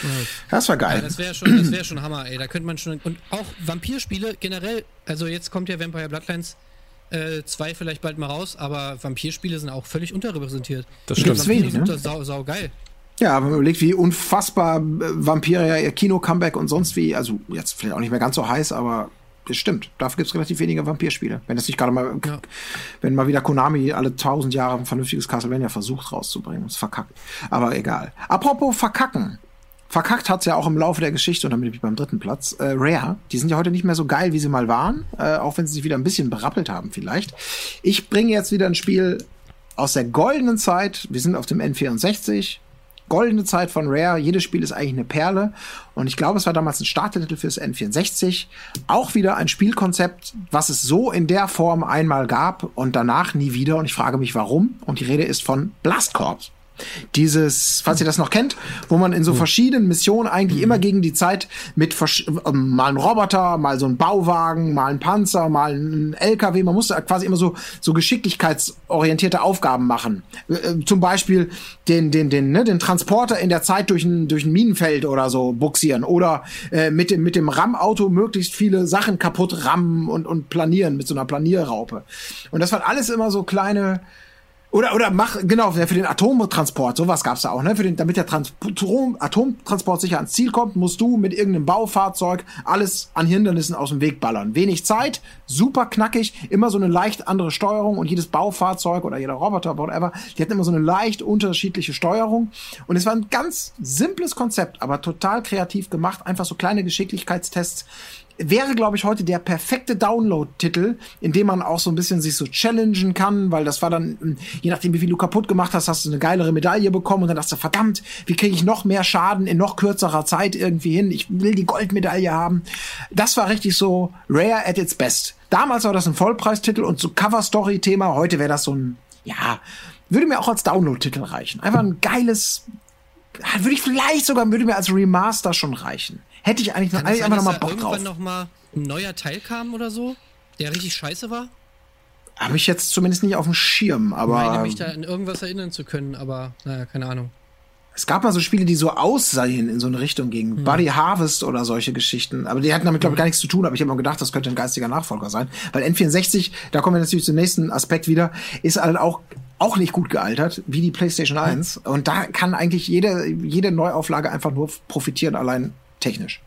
Das war geil. Ja, das wäre schon, das wär schon Hammer, ey. Da könnte man schon. Und auch Vampirspiele generell, also jetzt kommt ja Vampire Bloodlines zwei äh, vielleicht bald mal raus, aber Vampirspiele sind auch völlig unterrepräsentiert. Das stimmt. Gibt's wenig, ne? Sind sau, sau geil. Ja, wenn man überlegt, wie unfassbar Vampire ja ihr Kino-Comeback und sonst wie, also jetzt vielleicht auch nicht mehr ganz so heiß, aber das stimmt. Dafür gibt es relativ wenige Vampirspiele. Wenn das nicht gerade mal, ja. wenn mal wieder Konami alle tausend Jahre ein vernünftiges Castlevania versucht rauszubringen und es verkackt. Aber egal. Apropos verkacken. Verkackt hat's ja auch im Laufe der Geschichte, und damit bin ich beim dritten Platz, äh, Rare. Die sind ja heute nicht mehr so geil, wie sie mal waren, äh, auch wenn sie sich wieder ein bisschen berappelt haben vielleicht. Ich bringe jetzt wieder ein Spiel aus der goldenen Zeit. Wir sind auf dem N vierundsechzig. Goldene Zeit von Rare. Jedes Spiel ist eigentlich eine Perle. Und ich glaube, es war damals ein Starttitel fürs N vierundsechzig. Auch wieder ein Spielkonzept, was es so in der Form einmal gab und danach nie wieder. Und ich frage mich, warum. Und die Rede ist von Blast Corps. Dieses, falls ihr das noch kennt, wo man in so verschiedenen Missionen eigentlich immer gegen die Zeit mit versch- ähm, mal ein Roboter, mal so ein Bauwagen, mal ein Panzer, mal ein L K W, man musste quasi immer so so geschicklichkeitsorientierte Aufgaben machen. Äh, zum Beispiel den den den ne, den Transporter in der Zeit durch ein durch ein Minenfeld oder so buxieren oder äh, mit dem mit dem RAM-Auto möglichst viele Sachen kaputt rammen und und planieren mit so einer Planierraupe. Und das waren alles immer so kleine Oder, oder mach, genau, für den Atomtransport, sowas gab's da auch, ne? Für den, damit der Trans- Atomtransport sicher ans Ziel kommt, musst du mit irgendeinem Baufahrzeug alles an Hindernissen aus dem Weg ballern. Wenig Zeit, super knackig, immer so eine leicht andere Steuerung und jedes Baufahrzeug oder jeder Roboter, whatever, die hatten immer so eine leicht unterschiedliche Steuerung. Und es war ein ganz simples Konzept, aber total kreativ gemacht, einfach so kleine Geschicklichkeitstests. Wäre, glaube ich, heute der perfekte Download-Titel, in dem man auch so ein bisschen sich so challengen kann, weil das war dann, je nachdem, wie viel du kaputt gemacht hast, hast du eine geilere Medaille bekommen und dann dachtest du, verdammt, wie kriege ich noch mehr Schaden in noch kürzerer Zeit irgendwie hin? Ich will die Goldmedaille haben. Das war richtig so Rare at its best. Damals war das ein Vollpreistitel und so Cover-Story-Thema. Heute wäre das so ein, ja, würde mir auch als Download-Titel reichen. Einfach ein geiles, würde ich vielleicht sogar, würde mir als Remaster schon reichen. Hätte ich eigentlich noch, Kann das eigentlich sein, einfach noch mal dass Bock da drauf. irgendwann noch mal ein neuer Teil kam oder so, der richtig scheiße war? Habe ich jetzt zumindest nicht auf dem Schirm, aber Ich meine mich da an irgendwas erinnern zu können, aber naja, keine Ahnung. es gab mal so Spiele, die so aussehen in so eine Richtung gingen. Hm. Buddy Harvest oder solche Geschichten. Aber die hatten damit, glaube ich, gar nichts zu tun. Aber ich habe mal gedacht, das könnte ein geistiger Nachfolger sein. Weil N vierundsechzig, da kommen wir natürlich zum nächsten Aspekt wieder, ist halt auch auch nicht gut gealtert, wie die PlayStation eins. Und da kann eigentlich jede, jede Neuauflage einfach nur profitieren, allein technisch.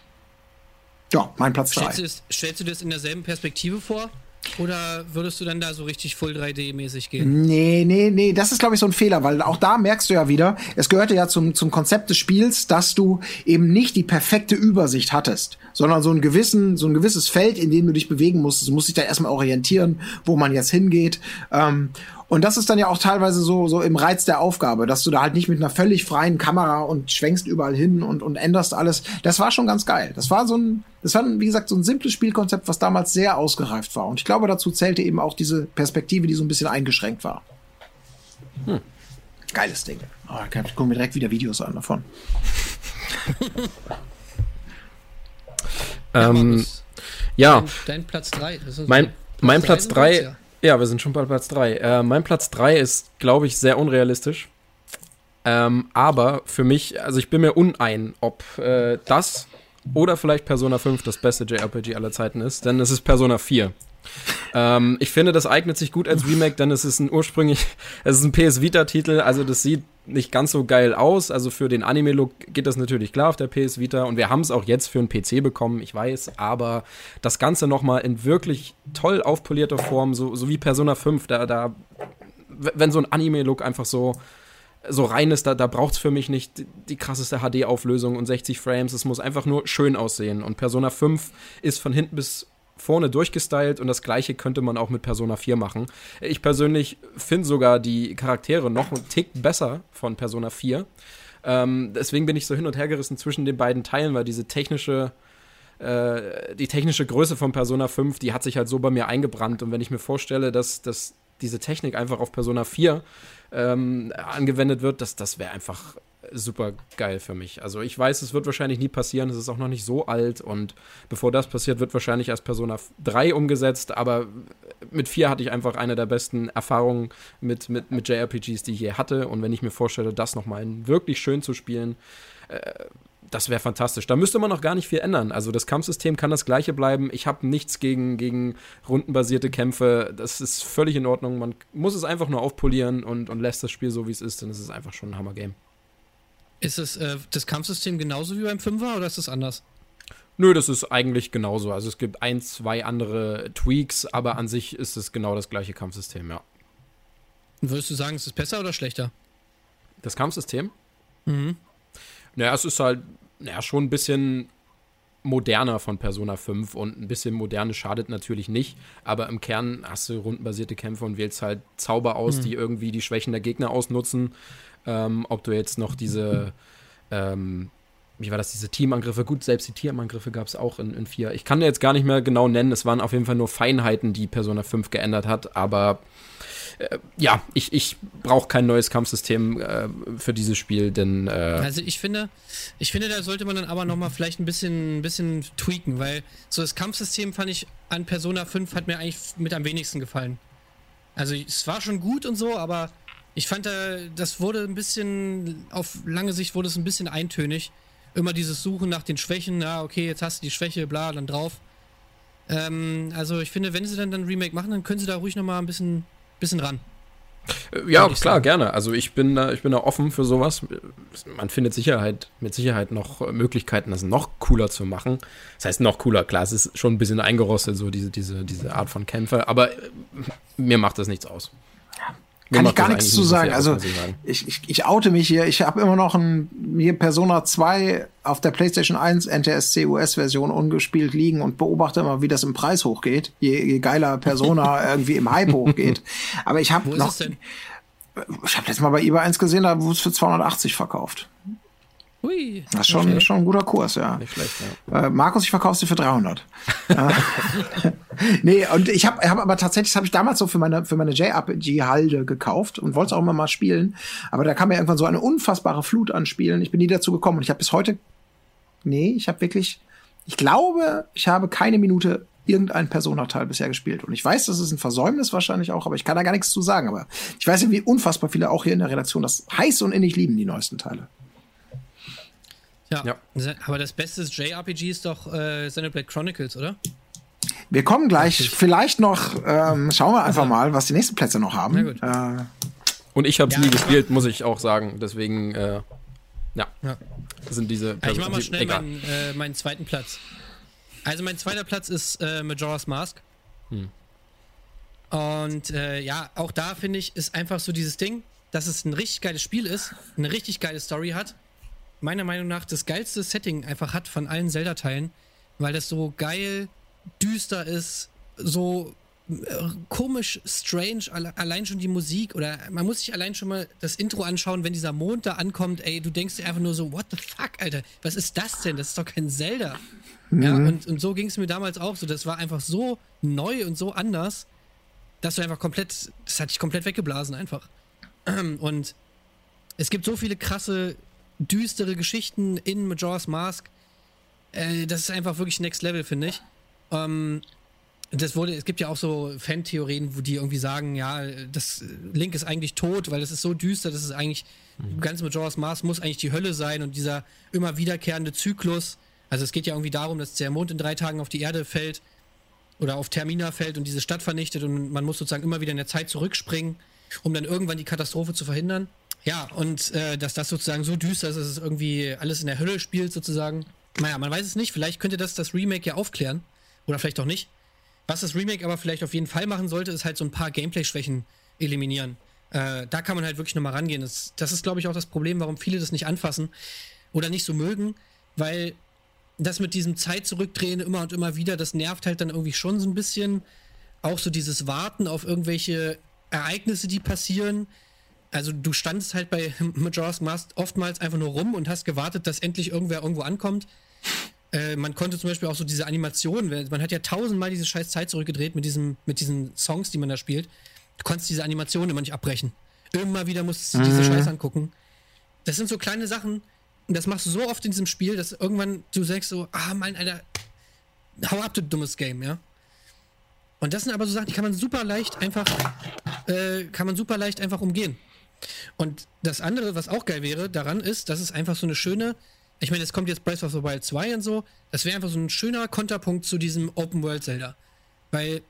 Ja, mein Platz drei. Stellst du, das, stellst du das in derselben Perspektive vor? Oder würdest du dann da so richtig Full drei D-mäßig gehen? Nee, nee, nee, das ist, glaube ich, so ein Fehler, weil auch da merkst du ja wieder, es gehörte ja zum, zum Konzept des Spiels, dass du eben nicht die perfekte Übersicht hattest, sondern so ein gewissen, so ein gewisses Feld, in dem du dich bewegen musst. Du musst dich da erstmal orientieren, wo man jetzt hingeht. Ähm, und das ist dann ja auch teilweise so, so im Reiz der Aufgabe, dass du da halt nicht mit einer völlig freien Kamera und schwenkst überall hin und, und änderst alles. Das war schon ganz geil. Das war so ein, das war, wie gesagt, so ein simples Spielkonzept, was damals sehr ausgereift war. Und ich glaube, dazu zählte eben auch diese Perspektive, die so ein bisschen eingeschränkt war. Hm. Geiles Ding. Oh, ich gucke mir direkt wieder Videos an davon. ähm, ja. Dein, dein Platz drei. Mein, mein Platz drei. Ja, wir sind schon bei Platz drei. Äh, mein Platz drei ist, glaube ich, sehr unrealistisch. Ähm, aber für mich, also ich bin mir unein, ob äh, das oder vielleicht Persona fünf das beste J R P G aller Zeiten ist, denn es ist Persona vier. ähm, ich finde, das eignet sich gut als Remake, denn es ist ein ursprünglich, es ist ein P S Vita-Titel, also das sieht nicht ganz so geil aus, also für den Anime-Look geht das natürlich klar auf der P S Vita und wir haben es auch jetzt für einen P C bekommen, ich weiß, aber das Ganze nochmal in wirklich toll aufpolierter Form, so, so wie Persona fünf, da, da, wenn so ein Anime-Look einfach so so rein ist, da, da braucht es für mich nicht die, die krasseste H D-Auflösung und sechzig Frames, es muss einfach nur schön aussehen und Persona fünf ist von hinten bis vorne durchgestylt und das gleiche könnte man auch mit Persona vier machen. Ich persönlich finde sogar die Charaktere noch einen Tick besser von Persona vier. Ähm, deswegen bin ich so hin und her gerissen zwischen den beiden Teilen, weil diese technische äh, die technische Größe von Persona fünf, die hat sich halt so bei mir eingebrannt und wenn ich mir vorstelle, dass, dass diese Technik einfach auf Persona vier ähm, angewendet wird, das, das wäre einfach super geil für mich. Also ich weiß, es wird wahrscheinlich nie passieren, es ist auch noch nicht so alt und bevor das passiert, wird wahrscheinlich erst Persona drei umgesetzt, aber mit vier hatte ich einfach eine der besten Erfahrungen mit, mit, mit J R P Gs, die ich je hatte und wenn ich mir vorstelle, das nochmal wirklich schön zu spielen, äh, das wäre fantastisch. Da müsste man noch gar nicht viel ändern. Also das Kampfsystem kann das gleiche bleiben. Ich habe nichts gegen, gegen rundenbasierte Kämpfe. Das ist völlig in Ordnung. Man muss es einfach nur aufpolieren und, und lässt das Spiel so, wie es ist. Dann ist es einfach schon ein Hammer-Game. Ist es äh, das Kampfsystem genauso wie beim Fünfer oder ist das anders? Nö, das ist eigentlich genauso. Also es gibt ein, zwei andere Tweaks, aber an sich ist es genau das gleiche Kampfsystem, ja. Und würdest du sagen, ist es besser oder schlechter? Das Kampfsystem? Mhm. Naja, es ist halt naja, schon ein bisschen moderner von Persona fünf und ein bisschen moderne schadet natürlich nicht, aber im Kern hast du rundenbasierte Kämpfe und wählst halt Zauber aus, mhm. die irgendwie die Schwächen der Gegner ausnutzen. Ähm, ob du jetzt noch diese, ähm, wie war das, diese Teamangriffe, gut, selbst die Teamangriffe gab es auch in, in vier. Ich kann jetzt gar nicht mehr genau nennen, es waren auf jeden Fall nur Feinheiten, die Persona fünf geändert hat, aber äh, ja, ich, ich brauche kein neues Kampfsystem äh, für dieses Spiel, denn äh, also ich finde, ich finde, da sollte man dann aber nochmal vielleicht ein bisschen, ein bisschen tweaken, weil so das Kampfsystem fand ich an Persona fünf hat mir eigentlich mit am wenigsten gefallen. Also es war schon gut und so, aber ich fand, das wurde ein bisschen, auf lange Sicht wurde es ein bisschen eintönig. Immer dieses Suchen nach den Schwächen, ja, okay, jetzt hast du die Schwäche, bla, dann drauf. Ähm, also ich finde, wenn sie dann ein Remake machen, dann können sie da ruhig nochmal ein bisschen, bisschen ran. Ja, klar, sagen. Gerne. Also ich bin da, ich bin da offen für sowas. Man findet Sicherheit, mit Sicherheit noch Möglichkeiten, das noch cooler zu machen. Das heißt, noch cooler, klar, es ist schon ein bisschen eingerostet, so diese, diese, diese Art von Kämpfe, aber mir macht das nichts aus. Kann ich gar nichts zu sagen. Also ich, ich, ich oute mich hier. Ich habe immer noch ein hier Persona zwei auf der PlayStation eins N T S C U S-Version ungespielt liegen und beobachte immer, wie das im Preis hochgeht. Je, je geiler Persona irgendwie im Hype hochgeht. Aber ich habe noch. Ich habe letztes Mal bei eBay eins gesehen, da wurde es für zweihundertachtzig verkauft. Ui, das ist schon, okay. schon ein guter Kurs, ja. Nicht schlecht, ja. Äh, Markus, ich verkaufe sie für dreihundert. Nee, und ich habe hab aber tatsächlich, das habe ich damals so für meine, für meine J R P G-Halde gekauft und wollte es auch immer mal spielen. Aber da kam mir irgendwann so eine unfassbare Flut an Spielen. Ich bin nie dazu gekommen und ich habe bis heute, nee, ich habe wirklich, ich glaube, ich habe keine Minute irgendein Persona-Teil bisher gespielt. Und ich weiß, das ist ein Versäumnis wahrscheinlich auch, aber ich kann da gar nichts zu sagen. Aber ich weiß ja, wie unfassbar viele auch hier in der Redaktion das heiß und innig lieben, die neuesten Teile. Ja, ja, aber das beste J R P G ist doch äh, Xenoblade Chronicles, oder? Wir kommen gleich, Richtig. vielleicht noch, ähm, schauen wir einfach also. mal, was die nächsten Plätze noch haben. Na gut. Äh, Und ich habe es ja, nie gespielt, muss ich auch sagen. Deswegen, äh, ja, ja, sind diese Personen, Ich mach mal schnell meinen, äh, meinen zweiten Platz. Also mein zweiter Platz ist äh, Majora's Mask. Hm. Und äh, ja, auch da finde ich, ist einfach so dieses Ding, dass es ein richtig geiles Spiel ist, eine richtig geile Story hat. Meiner Meinung nach das geilste Setting einfach hat von allen Zelda-Teilen, weil das so geil, düster ist, so äh, komisch, strange, alle, allein schon die Musik oder man muss sich allein schon mal das Intro anschauen, wenn dieser Mond da ankommt, ey, du denkst dir einfach nur so, what the fuck, Alter, was ist das denn? Das ist doch kein Zelda. Mhm. Ja, und, und so ging es mir damals auch so, das war einfach so neu und so anders, dass du einfach komplett, das hat dich komplett weggeblasen einfach. Und es gibt so viele krasse düstere Geschichten in Majora's Mask. Äh, das ist einfach wirklich Next Level, finde ich. Ähm, das wurde, es gibt ja auch so Fan-Theorien, wo die irgendwie sagen, ja, das Link ist eigentlich tot, weil es ist so düster, dass es eigentlich, mhm. ganz Majora's Mask muss eigentlich die Hölle sein und dieser immer wiederkehrende Zyklus. Also es geht ja irgendwie darum, dass der Mond in drei Tagen auf die Erde fällt oder auf Termina fällt und diese Stadt vernichtet und man muss sozusagen immer wieder in der Zeit zurückspringen, um dann irgendwann die Katastrophe zu verhindern. Ja, und äh, dass das sozusagen so düster ist, dass es irgendwie alles in der Hölle spielt sozusagen. Naja, man weiß es nicht. Vielleicht könnte das das Remake ja aufklären. Oder vielleicht auch nicht. Was das Remake aber vielleicht auf jeden Fall machen sollte, ist halt so ein paar Gameplay-Schwächen eliminieren. Äh, da kann man halt wirklich nochmal rangehen. Das, das ist, glaube ich, auch das Problem, warum viele das nicht anfassen oder nicht so mögen. Weil das mit diesem Zeit zurückdrehen immer und immer wieder, das nervt halt dann irgendwie schon so ein bisschen. Auch so dieses Warten auf irgendwelche Ereignisse, die passieren. Also du standest halt bei Majora's Mask oftmals einfach nur rum und hast gewartet, dass endlich irgendwer irgendwo ankommt. Äh, man konnte zum Beispiel auch so diese Animationen, man hat ja tausendmal diese scheiß Zeit zurückgedreht mit, diesem, mit diesen Songs, die man da spielt. Du konntest diese Animationen immer nicht abbrechen. Immer wieder musstest du mhm. diese Scheiß angucken. das sind so kleine Sachen, und das machst du so oft in diesem Spiel, dass irgendwann du sagst so, ah, Mann, Alter, hau ab, du dummes Game, ja. Und das sind aber so Sachen, die kann man super leicht einfach, äh, kann man super leicht einfach umgehen. Und das andere, was auch geil wäre daran, ist, dass es einfach so eine schöne, ich meine, es kommt jetzt Breath of the Wild zwei und so, das wäre einfach so ein schöner Konterpunkt zu diesem Open-World-Zelda. Weil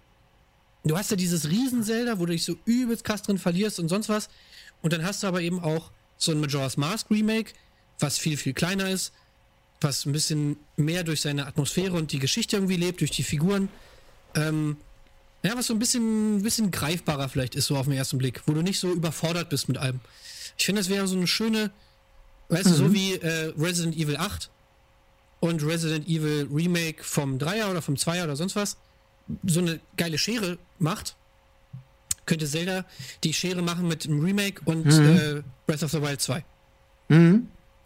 du hast ja dieses Riesen-Zelda, wo du dich so übelst krass drin verlierst und sonst was. Und dann hast du aber eben auch so ein Majora's Mask Remake, was viel, viel kleiner ist, was ein bisschen mehr durch seine Atmosphäre und die Geschichte irgendwie lebt, durch die Figuren. Ähm, ja, was so ein bisschen, ein bisschen greifbarer vielleicht ist, so auf den ersten Blick, wo du nicht so überfordert bist mit allem. Ich finde, das wäre so eine schöne, weißt mhm. du, so wie äh, Resident Evil acht und Resident Evil Remake vom Dreier oder vom Zweier oder sonst was, so eine geile Schere macht, könnte Zelda die Schere machen mit einem Remake und mhm. äh, Breath of the Wild zwei. Mhm.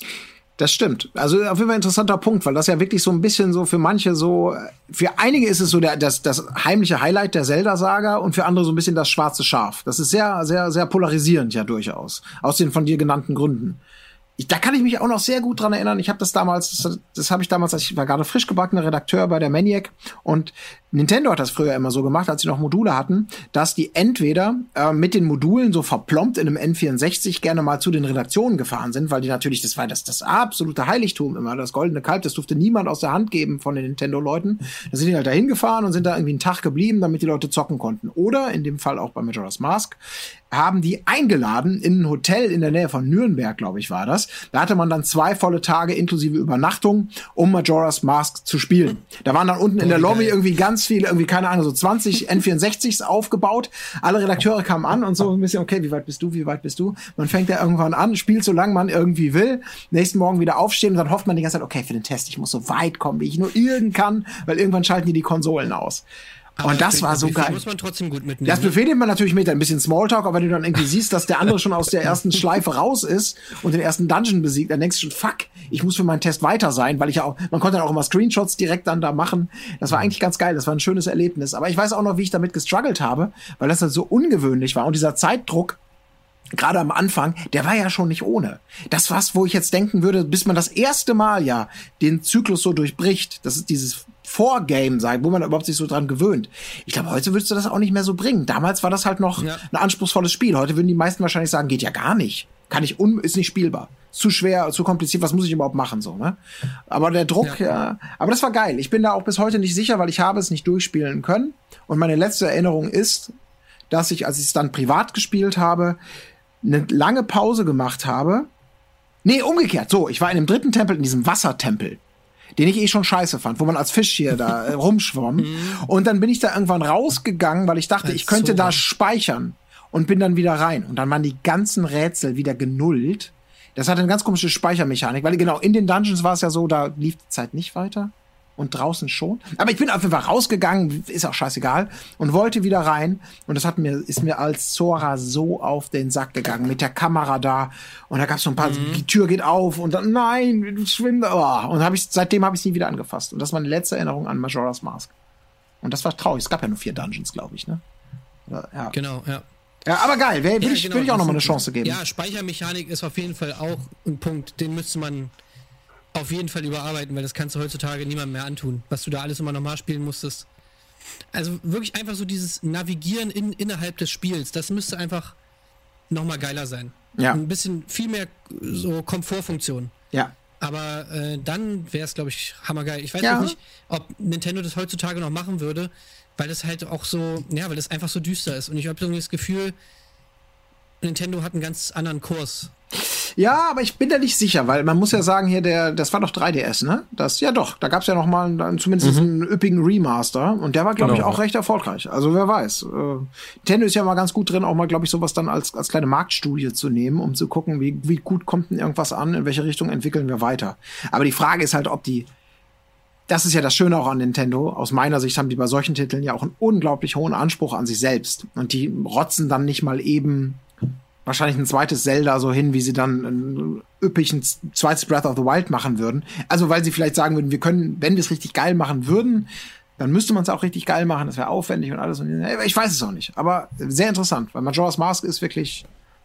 Das stimmt. Also auf jeden Fall ein interessanter Punkt, weil das ja wirklich so ein bisschen so für manche so, für einige ist es so der, das, das heimliche Highlight der Zelda-Saga und für andere so ein bisschen das schwarze Schaf. Das ist sehr, sehr, sehr polarisierend ja durchaus. Aus den von dir genannten Gründen. Ich, da kann ich mich auch noch sehr gut dran erinnern. Ich habe das damals, das, das habe ich damals, als ich war gerade frisch gebackener Redakteur bei der Maniac und Nintendo hat das früher immer so gemacht, als sie noch Module hatten, dass die entweder äh, mit den Modulen so verplombt in einem N vierundsechzig gerne mal zu den Redaktionen gefahren sind, weil die natürlich, das war das, das absolute Heiligtum immer, das goldene Kalb, das durfte niemand aus der Hand geben von den Nintendo-Leuten. Da sind die halt da hingefahren und sind da irgendwie einen Tag geblieben, damit die Leute zocken konnten. Oder, in dem Fall auch bei Majora's Mask, haben die eingeladen in ein Hotel in der Nähe von Nürnberg, glaube ich, war das. Da hatte man dann zwei volle Tage inklusive Übernachtung, um Majora's Mask zu spielen. Da waren dann unten in der Lobby irgendwie ganz viele, irgendwie, keine Ahnung, so zwanzig N vierundsechzigs aufgebaut. Alle Redakteure kamen an und so ein bisschen, okay, wie weit bist du, wie weit bist du? Man fängt ja irgendwann an, spielt so lange man irgendwie will, nächsten Morgen wieder aufstehen und dann hofft man die ganze Zeit, okay, für den Test, ich muss so weit kommen, wie ich nur irgend kann, weil irgendwann schalten die die Konsolen aus. Aber und das war so geil. Muss man trotzdem gut mitnehmen. Das Buffet nimmt man natürlich mit, ein bisschen Smalltalk, aber wenn du dann irgendwie siehst, dass der andere schon aus der ersten Schleife raus ist und den ersten Dungeon besiegt, dann denkst du schon, fuck, ich muss für meinen Test weiter sein, weil ich ja auch, man konnte dann auch immer Screenshots direkt dann da machen. Das war eigentlich ganz geil, das war ein schönes Erlebnis. Aber ich weiß auch noch, wie ich damit gestruggelt habe, weil das halt so ungewöhnlich war und dieser Zeitdruck, gerade am Anfang, der war ja schon nicht ohne. Das war's, wo ich jetzt denken würde, bis man das erste Mal ja den Zyklus so durchbricht, das ist dieses Vorgame sein, wo man überhaupt sich so dran gewöhnt. Ich glaube, heute würdest du das auch nicht mehr so bringen. Damals war das halt noch ja. ein anspruchsvolles Spiel. Heute würden die meisten wahrscheinlich sagen, geht ja gar nicht. Kann ich, un ist nicht spielbar. Zu schwer, zu kompliziert, was muss ich überhaupt machen, so, ne? Aber der Druck, ja. ja. Aber das war geil. Ich bin da auch bis heute nicht sicher, weil ich habe es nicht durchspielen können. Und meine letzte Erinnerung ist, dass ich, als ich es dann privat gespielt habe, eine lange Pause gemacht habe. Nee, umgekehrt. So, ich war in dem dritten Tempel, in diesem Wassertempel, den ich eh schon scheiße fand, wo man als Fisch hier da äh, rumschwamm. Und dann bin ich da irgendwann rausgegangen, weil ich dachte, ich könnte so da speichern und bin dann wieder rein. Und dann waren die ganzen Rätsel wieder genullt. Das hatte eine ganz komische Speichermechanik, weil genau in den Dungeons war es ja so, da lief die Zeit nicht weiter und draußen schon. Aber ich bin auf jeden Fall rausgegangen, ist auch scheißegal, und wollte wieder rein. Und das hat mir, ist mir als Zora so auf den Sack gegangen, mit der Kamera da. Und da gab es so ein paar, mhm. die Tür geht auf und dann, nein, schwimm, oh. Und hab ich, seitdem habe ich es nie wieder angefasst. Und das war meine letzte Erinnerung an Majora's Mask. Und das war traurig. Es gab ja nur vier Dungeons, glaube ich, ne? Oder, ja. Genau, ja. Ja, aber geil. Will, will, ja, ich, genau, will ich auch noch mal eine Chance geben. Ja, Speichermechanik ist auf jeden Fall auch ein Punkt, den müsste man auf jeden Fall überarbeiten, weil das kannst du heutzutage niemandem mehr antun, was du da alles immer nochmal spielen musstest. Also wirklich einfach so dieses Navigieren in, innerhalb des Spiels, das müsste einfach nochmal geiler sein. Ja. Ein bisschen viel mehr so Komfortfunktion. Ja. Aber äh, dann wäre es, glaube ich, hammergeil. Ich weiß ja. auch nicht, ob Nintendo das heutzutage noch machen würde, weil das halt auch so, ja, weil das einfach so düster ist. Und ich habe irgendwie das Gefühl, Nintendo hat einen ganz anderen Kurs. Ja, aber ich bin da nicht sicher, weil man muss ja sagen, hier, der, das war doch drei D S, ne? Das, ja doch, da gab's ja noch mal einen, zumindest mhm. einen üppigen Remaster und der war, glaube genau. ich, auch recht erfolgreich. Also wer weiß. Äh, Nintendo ist ja mal ganz gut drin, auch mal, glaube ich, sowas dann als, als kleine Marktstudie zu nehmen, um zu gucken, wie, wie gut kommt denn irgendwas an, in welche Richtung entwickeln wir weiter. Aber die Frage ist halt, ob die, das ist ja das Schöne auch an Nintendo, aus meiner Sicht haben die bei solchen Titeln ja auch einen unglaublich hohen Anspruch an sich selbst. Und die rotzen dann nicht mal eben wahrscheinlich ein zweites Zelda so hin, wie sie dann ein üppig ein zweites Breath of the Wild machen würden. Also weil sie vielleicht sagen würden, wir können, wenn wir es richtig geil machen würden, dann müsste man es auch richtig geil machen, das wäre aufwendig und alles. Ich weiß es auch nicht, aber sehr interessant, weil Majora's Mask ist wirklich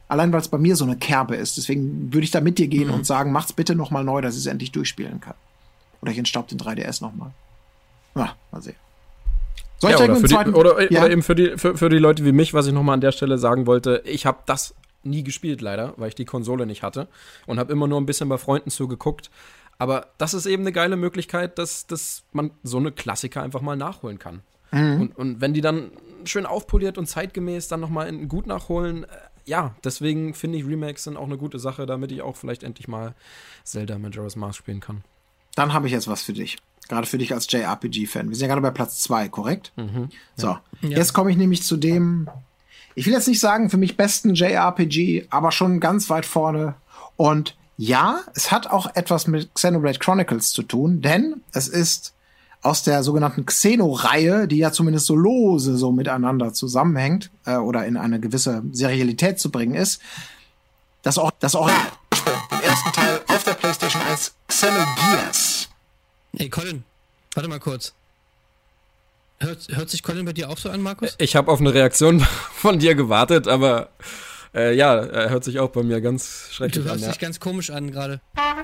Allein, weil es bei mir so eine Kerbe ist. Deswegen würde ich da mit dir gehen mhm. und sagen, macht's bitte noch mal neu, dass ich es endlich durchspielen kann. Oder ich entstaub den drei D S noch mal. Ja, mal sehen. Soll ich ja, oder, für die, oder, ja? oder eben für die, für, für die Leute wie mich, was ich noch mal an der Stelle sagen wollte, ich habe das nie gespielt leider, weil ich die Konsole nicht hatte und habe immer nur ein bisschen bei Freunden zugeguckt. Aber das ist eben eine geile Möglichkeit, dass, dass man so eine Klassiker einfach mal nachholen kann. Mhm. Und, und wenn die dann schön aufpoliert und zeitgemäß dann noch mal in gut nachholen, äh, ja, deswegen finde ich Remakes sind auch eine gute Sache, damit ich auch vielleicht endlich mal Zelda Majora's Mask spielen kann. Dann habe ich jetzt was für dich. Gerade für dich als J R P G-Fan. Wir sind ja gerade bei Platz zwei, korrekt? Mhm. So, ja. Jetzt komme ich nämlich zu dem, ich will jetzt nicht sagen für mich besten J R P G, aber schon ganz weit vorne. Und ja, es hat auch etwas mit Xenoblade Chronicles zu tun, denn es ist aus der sogenannten Xeno-Reihe, die ja zumindest so lose so miteinander zusammenhängt äh, oder in eine gewisse Serialität zu bringen ist, das auch das auch im ersten Teil auf der PlayStation eins Xenogears. Hey Colin, warte mal kurz. Hört, hört sich Colin bei dir auch so an, Markus? Ich habe auf eine Reaktion von dir gewartet, aber äh, ja, er hört sich auch bei mir ganz schrecklich an. Du hörst an, dich ja. ganz komisch an gerade.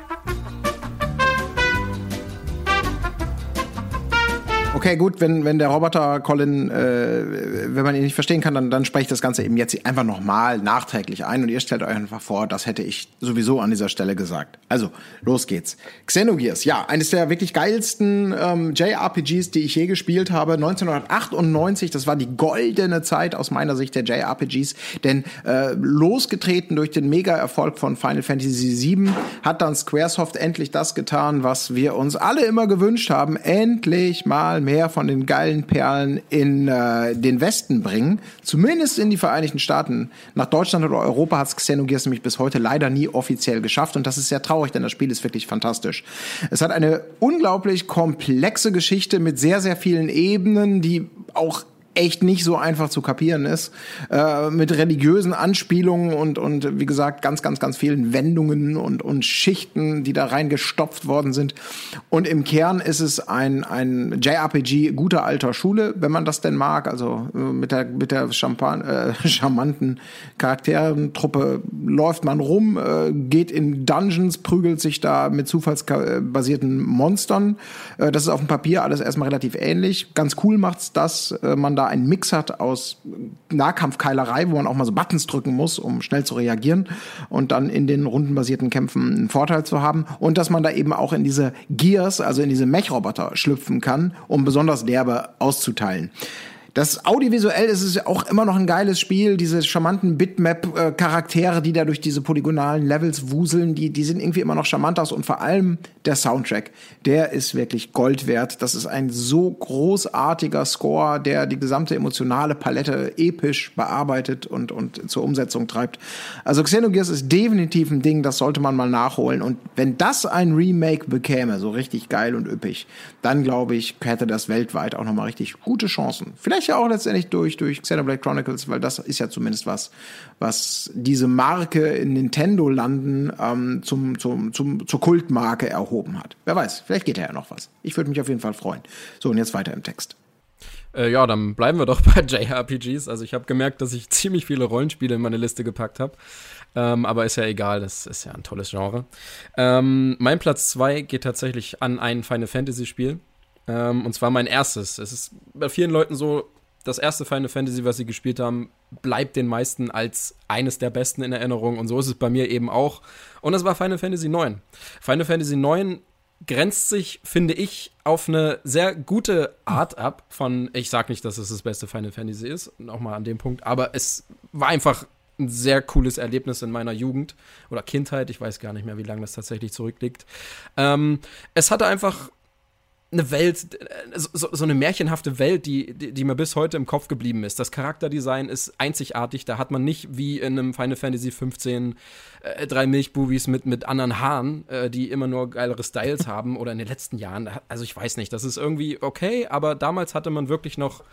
Okay, gut, wenn, wenn der Roboter Colin, äh, wenn man ihn nicht verstehen kann, dann, dann spreche ich das Ganze eben jetzt einfach nochmal nachträglich ein und ihr stellt euch einfach vor, das hätte ich sowieso an dieser Stelle gesagt. Also, los geht's. Xenogears, ja, eines der wirklich geilsten ähm, J R P Gs, die ich je gespielt habe. neunzehnhundertachtundneunzig, das war die goldene Zeit aus meiner Sicht der J R P Gs, denn äh, losgetreten durch den Mega-Erfolg von Final Fantasy sieben hat dann Squaresoft endlich das getan, was wir uns alle immer gewünscht haben, endlich mal mehr von den geilen Perlen in äh, den Westen bringen, zumindest in die Vereinigten Staaten. Nach Deutschland oder Europa hat es Xenogears nämlich bis heute leider nie offiziell geschafft und das ist sehr traurig, denn das Spiel ist wirklich fantastisch. Es hat eine unglaublich komplexe Geschichte mit sehr, sehr vielen Ebenen, die auch echt nicht so einfach zu kapieren ist, äh, mit religiösen Anspielungen und und wie gesagt ganz ganz ganz vielen Wendungen und und Schichten, die da reingestopft worden sind. Und im Kern ist es ein ein J R P G guter alter Schule, wenn man das denn mag, also äh, mit der mit der Champan äh, charmanten Charakterentruppe läuft man rum, äh, geht in Dungeons, prügelt sich da mit zufallsbasierten Monstern. Äh, das ist auf dem Papier alles erstmal relativ ähnlich. Ganz cool macht's, dass äh, man da einen Mix hat aus Nahkampfkeilerei, wo man auch mal so Buttons drücken muss, um schnell zu reagieren und dann in den rundenbasierten Kämpfen einen Vorteil zu haben. Und dass man da eben auch in diese Gears, also in diese Mech-Roboter schlüpfen kann, um besonders derbe auszuteilen. Das audiovisuell ist es ja auch immer noch ein geiles Spiel. Diese charmanten Bitmap-Charaktere, die da durch diese polygonalen Levels wuseln, die, die sind irgendwie immer noch charmant aus. Und vor allem der Soundtrack, der ist wirklich Gold wert. Das ist ein so großartiger Score, der die gesamte emotionale Palette episch bearbeitet und, und zur Umsetzung treibt. Also Xenogears ist definitiv ein Ding, das sollte man mal nachholen. Und wenn das ein Remake bekäme, so richtig geil und üppig, dann glaube ich, hätte das weltweit auch noch mal richtig gute Chancen. Vielleicht ja auch letztendlich durch, durch Xenoblade Chronicles, weil das ist ja zumindest was, was diese Marke in Nintendo-Landen ähm, zum, zum, zum, zur Kultmarke erhoben hat. Wer weiß, vielleicht geht ja noch was. Ich würde mich auf jeden Fall freuen. So, und jetzt weiter im Text. Äh, ja, dann bleiben wir doch bei J R P Gs. Also ich habe gemerkt, dass ich ziemlich viele Rollenspiele in meine Liste gepackt habe. Ähm, aber ist ja egal, das ist ja ein tolles Genre. Ähm, mein Platz zwei geht tatsächlich an ein Final Fantasy Spiel. Ähm, und zwar mein erstes. Es ist bei vielen Leuten so, das erste Final Fantasy, was sie gespielt haben, bleibt den meisten als eines der besten in Erinnerung. Und so ist es bei mir eben auch. Und das war Final Fantasy neun. Final Fantasy neun grenzt sich, finde ich, auf eine sehr gute Art ab von, ich sag nicht, dass es das beste Final Fantasy ist, nochmal an dem Punkt, aber es war einfach ein sehr cooles Erlebnis in meiner Jugend oder Kindheit. Ich weiß gar nicht mehr, wie lange das tatsächlich zurückliegt. Ähm, es hatte einfach eine Welt, so, so eine märchenhafte Welt, die, die, die mir bis heute im Kopf geblieben ist. Das Charakterdesign ist einzigartig. Da hat man nicht wie in einem Final Fantasy fünfzehn äh, drei Milchbubis mit, mit anderen Haaren, äh, die immer nur geilere Styles haben oder in den letzten Jahren. Also ich weiß nicht, das ist irgendwie okay, aber damals hatte man wirklich noch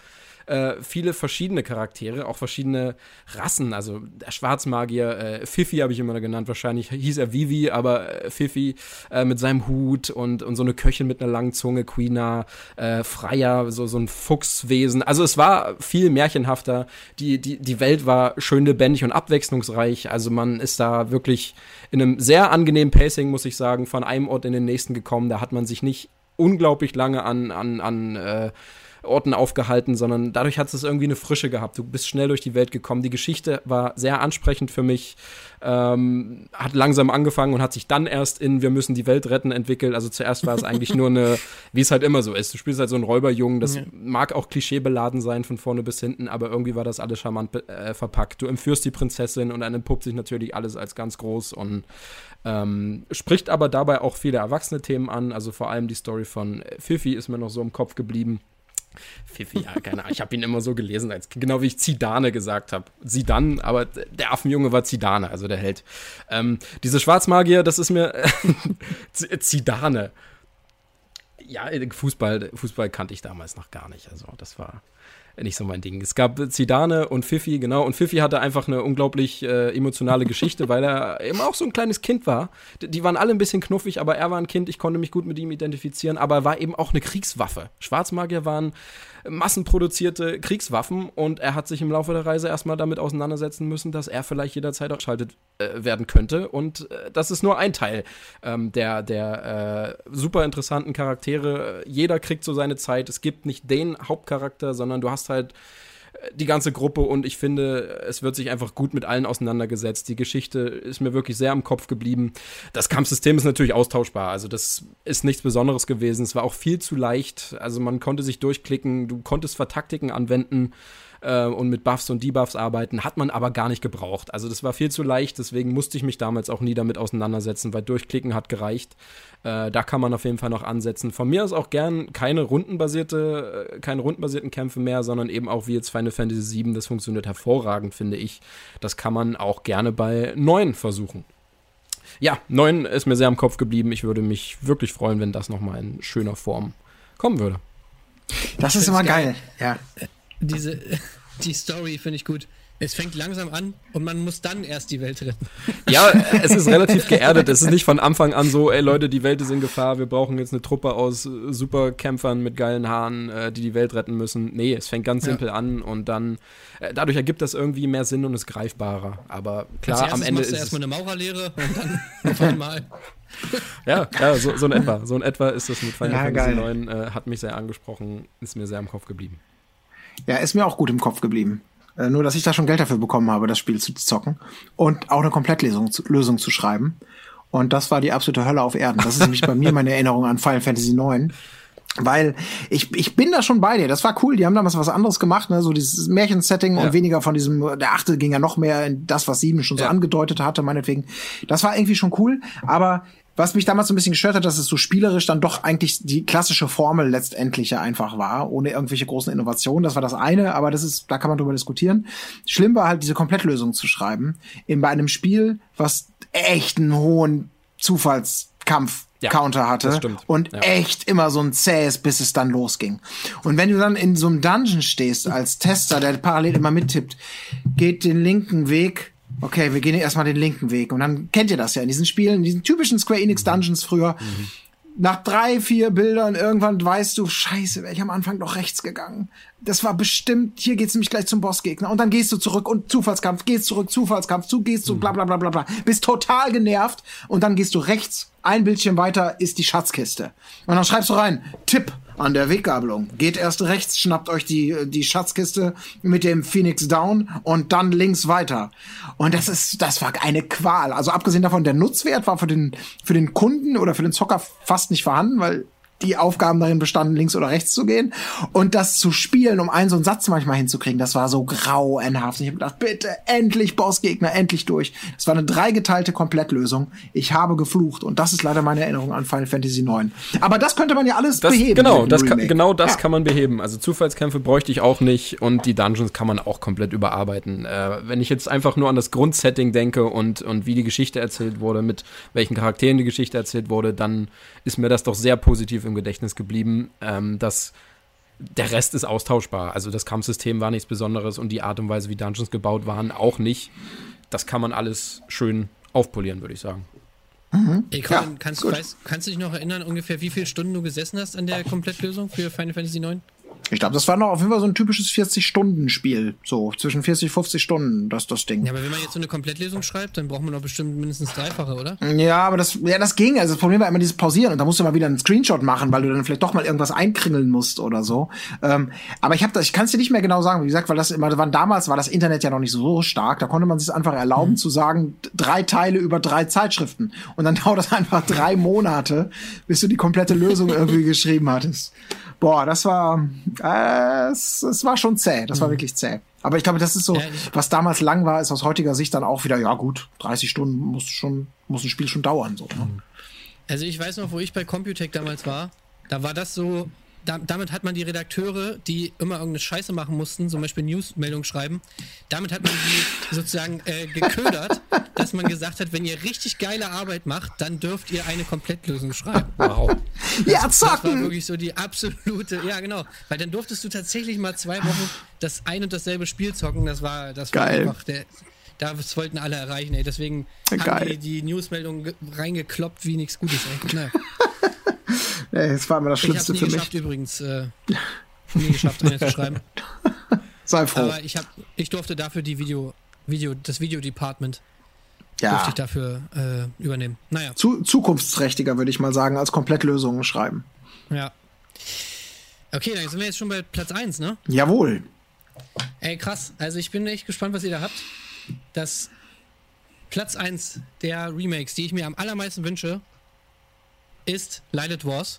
äh, viele verschiedene Charaktere, auch verschiedene Rassen. Also der Schwarzmagier, äh, Fifi habe ich immer genannt, wahrscheinlich hieß er Vivi, aber äh, Fifi äh, mit seinem Hut und, und so eine Köchin mit einer langen Zunge, Quina, äh, Freier, so, so ein Fuchswesen. Also es war viel märchenhafter. Die, die, die Welt war schön lebendig und abwechslungsreich. Also man ist da wirklich in einem sehr angenehmen Pacing, muss ich sagen, von einem Ort in den nächsten gekommen. Da hat man sich nicht unglaublich lange an, an, an äh, Orten aufgehalten, sondern dadurch hat es irgendwie eine Frische gehabt. Du bist schnell durch die Welt gekommen. Die Geschichte war sehr ansprechend für mich, ähm, hat langsam angefangen und hat sich dann erst in Wir müssen die Welt retten entwickelt. Also zuerst war es eigentlich nur eine, wie es halt immer so ist. Du spielst halt so einen Räuberjungen, das ja. mag auch klischeebeladen sein von vorne bis hinten, aber irgendwie war das alles charmant äh, verpackt. Du entführst die Prinzessin und dann entpuppt sich natürlich alles als ganz groß und ähm, spricht aber dabei auch viele erwachsene Themen an. Also vor allem die Story von Fifi ist mir noch so im Kopf geblieben. Fifi, ja, keine Ahnung. Ich habe ihn immer so gelesen, als genau wie ich Zidane gesagt habe. Zidane, aber der Affenjunge war Zidane, also der Held. Ähm, diese Schwarzmagier, das ist mir Zidane. Ja, Fußball, Fußball kannte ich damals noch gar nicht. Also das war nicht so mein Ding. Es gab Zidane und Fifi, genau. Und Fifi hatte einfach eine unglaublich äh, emotionale Geschichte, weil er eben auch so ein kleines Kind war. D- die waren alle ein bisschen knuffig, aber er war ein Kind. Ich konnte mich gut mit ihm identifizieren. Aber er war eben auch eine Kriegswaffe. Schwarzmagier waren massenproduzierte Kriegswaffen und er hat sich im Laufe der Reise erstmal damit auseinandersetzen müssen, dass er vielleicht jederzeit auch geschaltet äh, werden könnte. Und äh, das ist nur ein Teil ähm, der, der äh, super interessanten Charaktere. Jeder kriegt so seine Zeit. Es gibt nicht den Hauptcharakter, sondern du hast halt die ganze Gruppe und ich finde, es wird sich einfach gut mit allen auseinandergesetzt. Die Geschichte ist mir wirklich sehr im Kopf geblieben. Das Kampfsystem ist natürlich austauschbar, also das ist nichts Besonderes gewesen. Es war auch viel zu leicht, also man konnte sich durchklicken, du konntest Vertaktiken anwenden äh, und mit Buffs und Debuffs arbeiten, hat man aber gar nicht gebraucht. Also das war viel zu leicht, deswegen musste ich mich damals auch nie damit auseinandersetzen, weil durchklicken hat gereicht. Äh, da kann man auf jeden Fall noch ansetzen. Von mir aus auch gern keine rundenbasierte, äh, keine rundenbasierten Kämpfe mehr, sondern eben auch wie jetzt Final Fantasy sieben, das funktioniert hervorragend, finde ich. Das kann man auch gerne bei neun versuchen. Ja, neun ist mir sehr am Kopf geblieben. Ich würde mich wirklich freuen, wenn das nochmal in schöner Form kommen würde. Das ist immer geil. geil. Ja. Diese, die Story finde ich gut. Es fängt langsam an und man muss dann erst die Welt retten. Ja, es ist relativ geerdet. Es ist nicht von Anfang an so, ey Leute, die Welt ist in Gefahr, wir brauchen jetzt eine Truppe aus Superkämpfern mit geilen Haaren, äh, die die Welt retten müssen. Nee, es fängt ganz simpel ja. an und dann, äh, dadurch ergibt das irgendwie mehr Sinn und ist greifbarer. Aber klar, am Ende machst du ist erstmal eine Maurerlehre und dann auf einmal. Ja, ja, so, so in etwa. So in etwa ist das mit Final ja, Fantasy neun, äh, hat mich sehr angesprochen, ist mir sehr im Kopf geblieben. Ja, ist mir auch gut im Kopf geblieben. Äh, nur, dass ich da schon Geld dafür bekommen habe, das Spiel zu zocken und auch eine Komplettlösung zu, Lösung zu schreiben. Und das war die absolute Hölle auf Erden. Das ist nämlich bei mir meine Erinnerung an Final Fantasy neun. Weil ich ich bin da schon bei dir. Das war cool. Die haben damals was anderes gemacht, ne, so dieses Märchensetting ja. und weniger von diesem. Der achte ging ja noch mehr in das, was sieben schon so ja. angedeutet hatte, meinetwegen. Das war irgendwie schon cool. Aber was mich damals so ein bisschen gestört hat, dass es so spielerisch dann doch eigentlich die klassische Formel letztendlich ja einfach war, ohne irgendwelche großen Innovationen. Das war das eine, aber das ist, da kann man drüber diskutieren. Schlimm war halt, diese Komplettlösung zu schreiben. In bei einem Spiel, was echt einen hohen Zufallskampf ja, Counter hatte und ja. echt immer so ein zähes, bis es dann losging. Und wenn du dann in so einem Dungeon stehst als Tester, der parallel immer mittippt, geht den linken Weg. Okay, wir gehen erstmal den linken Weg. Und dann kennt ihr das ja in diesen Spielen, in diesen typischen Square Enix Dungeons früher. Mhm. Nach drei, vier Bildern irgendwann weißt du, scheiße, wäre ich am Anfang doch rechts gegangen. Das war bestimmt, hier geht's nämlich gleich zum Bossgegner. Und dann gehst du zurück und Zufallskampf, gehst zurück, Zufallskampf, zu, gehst du, bla bla bla bla bla. Bist total genervt und dann gehst du rechts, ein Bildschirm weiter ist die Schatzkiste. Und dann schreibst du rein, Tipp an der Weggabelung. Geht erst rechts, schnappt euch die, die Schatzkiste mit dem Phoenix Down und dann links weiter. Und das ist, das war eine Qual. Also abgesehen davon, der Nutzwert war für den, für den Kunden oder für den Zocker fast nicht vorhanden, weil die Aufgaben darin bestanden, links oder rechts zu gehen. Und das zu spielen, um einen so einen Satz manchmal hinzukriegen, das war so grauenhaft. Ich habe gedacht, bitte, endlich Bossgegner, endlich durch. Das war eine dreigeteilte Komplettlösung. Ich habe geflucht. Und das ist leider meine Erinnerung an Final Fantasy neun. Aber das könnte man ja alles das, beheben. Genau, das kann, genau das ja. kann man beheben. Also Zufallskämpfe bräuchte ich auch nicht. Und die Dungeons kann man auch komplett überarbeiten. Äh, wenn ich jetzt einfach nur an das Grundsetting denke und, und wie die Geschichte erzählt wurde, mit welchen Charakteren die Geschichte erzählt wurde, dann ist mir das doch sehr positiv im Gedächtnis geblieben, ähm, dass der Rest ist austauschbar. Also das Kampfsystem war nichts Besonderes und die Art und Weise, wie Dungeons gebaut waren, auch nicht. Das kann man alles schön aufpolieren, würde ich sagen. Mhm. Ey, Colin, ja, kannst, du, weißt, kannst du dich noch erinnern, ungefähr wie viele Stunden du gesessen hast an der Komplettlösung für Final Fantasy neun? Ich glaube, das war noch auf jeden Fall so ein typisches vierzig-Stunden-Spiel. So zwischen vierzig, fünfzig Stunden, das das Ding. Ja, aber wenn man jetzt so eine Komplettlösung schreibt, dann braucht man doch bestimmt mindestens dreifache, oder? Ja, aber das, ja, das ging. Also das Problem war immer dieses Pausieren und da musst du mal wieder einen Screenshot machen, weil du dann vielleicht doch mal irgendwas einkringeln musst oder so. Ähm, aber ich habe das, ich kann es dir nicht mehr genau sagen, wie gesagt, weil das immer, waren damals war das Internet ja noch nicht so stark. Da konnte man sich einfach erlauben mhm. zu sagen, drei Teile über drei Zeitschriften. Und dann dauert das einfach drei Monate, bis du die komplette Lösung irgendwie geschrieben hattest. Boah, das war, äh, es, es war schon zäh. Das war mhm. wirklich zäh. Aber ich glaube, das ist so, ja, was damals lang war, ist aus heutiger Sicht dann auch wieder, ja gut, dreißig Stunden muss schon, muss ein Spiel schon dauern, so. Ne? Also ich weiß noch, wo ich bei Computec damals war, da war das so, da, damit hat man die Redakteure, die immer irgendeine Scheiße machen mussten, zum Beispiel Newsmeldungen schreiben, damit hat man die sozusagen äh, geködert, dass man gesagt hat, wenn ihr richtig geile Arbeit macht, dann dürft ihr eine Komplettlösung schreiben. Wow. Ja, das, zocken! Das war wirklich so die absolute, ja genau, weil dann durftest du tatsächlich mal zwei Wochen das ein und dasselbe Spiel zocken, das war, das war Geil. einfach der, das wollten alle erreichen, ey, deswegen Geil. haben die die Newsmeldungen reingekloppt wie nichts Gutes, ey. Naja. Ey, das war immer das Schlimmste für mich. Ich habe nie geschafft übrigens, äh, nie geschafft, eine zu schreiben. Sei froh. Aber ich, hab, ich durfte dafür die Video, Video, das Video-Department ja. durfte ich dafür äh, übernehmen. Naja. Zu, zukunftsträchtiger, würde ich mal sagen, als Komplettlösungen schreiben. Ja. Okay, dann sind wir jetzt schon bei Platz eins, ne? Jawohl. Ey, krass. Also ich bin echt gespannt, was ihr da habt. Das Platz eins der Remakes, die ich mir am allermeisten wünsche, ist Lilith Wars.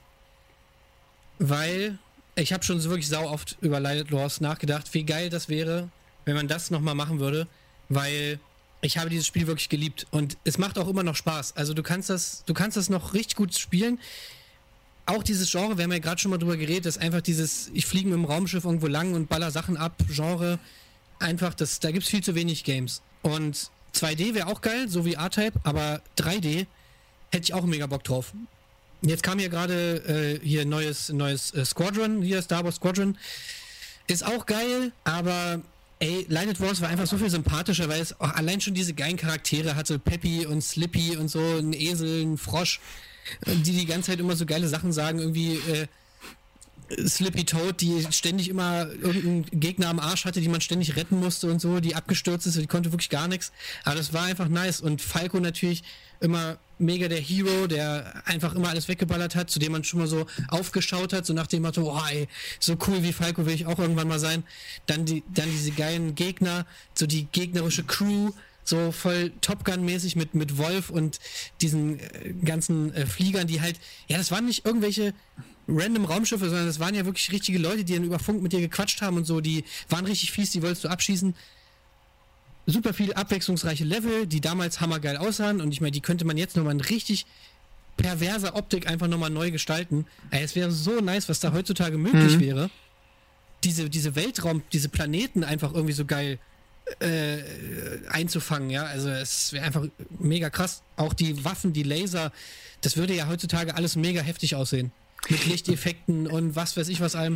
Weil ich habe schon so wirklich sau oft über Lilith Wars nachgedacht, wie geil das wäre, wenn man das nochmal machen würde, weil ich habe dieses Spiel wirklich geliebt und es macht auch immer noch Spaß. Also du kannst das, du kannst das noch richtig gut spielen. Auch dieses Genre, wir haben ja gerade schon mal drüber geredet, ist einfach dieses, ich fliege mit dem Raumschiff irgendwo lang und baller Sachen ab, Genre, einfach, das, da gibt's viel zu wenig Games. Und zwei D wäre auch geil, so wie R-Type, aber drei D hätte ich auch mega Bock drauf. Jetzt kam hier gerade äh, hier neues neues äh, Squadron, hier Star Wars Squadron. Ist auch geil, aber ey, Lilith Wars war einfach so viel sympathischer, weil es auch allein schon diese geilen Charaktere hatte, Peppy und Slippy und so, ein Esel, ein Frosch, die die ganze Zeit immer so geile Sachen sagen, irgendwie äh, Slippy Toad, die ständig immer irgendeinen Gegner am Arsch hatte, die man ständig retten musste und so, die abgestürzt ist, die konnte wirklich gar nichts. Aber das war einfach nice. Und Falco natürlich immer mega der Hero, der einfach immer alles weggeballert hat, zu dem man schon mal so aufgeschaut hat, so nach dem Motto, oh ey, so cool wie Falco will ich auch irgendwann mal sein. Dann die, dann diese geilen Gegner, so die gegnerische Crew, so voll Top Gun-mäßig mit, mit Wolf und diesen äh, ganzen äh, Fliegern, die halt, ja, das waren nicht irgendwelche random Raumschiffe, sondern das waren ja wirklich richtige Leute, die dann über Funk mit dir gequatscht haben und so, die waren richtig fies, die wolltest du abschießen. Super viel abwechslungsreiche Level, die damals hammergeil aussahen und ich meine, die könnte man jetzt nochmal in richtig perverser Optik einfach nochmal neu gestalten. Ey, es wäre so nice, was da heutzutage möglich mhm. wäre. Diese, diese Weltraum, diese Planeten einfach irgendwie so geil äh, einzufangen, ja, also es wäre einfach mega krass. Auch die Waffen, die Laser, das würde ja heutzutage alles mega heftig aussehen. Mit Lichteffekten und was weiß ich was allem.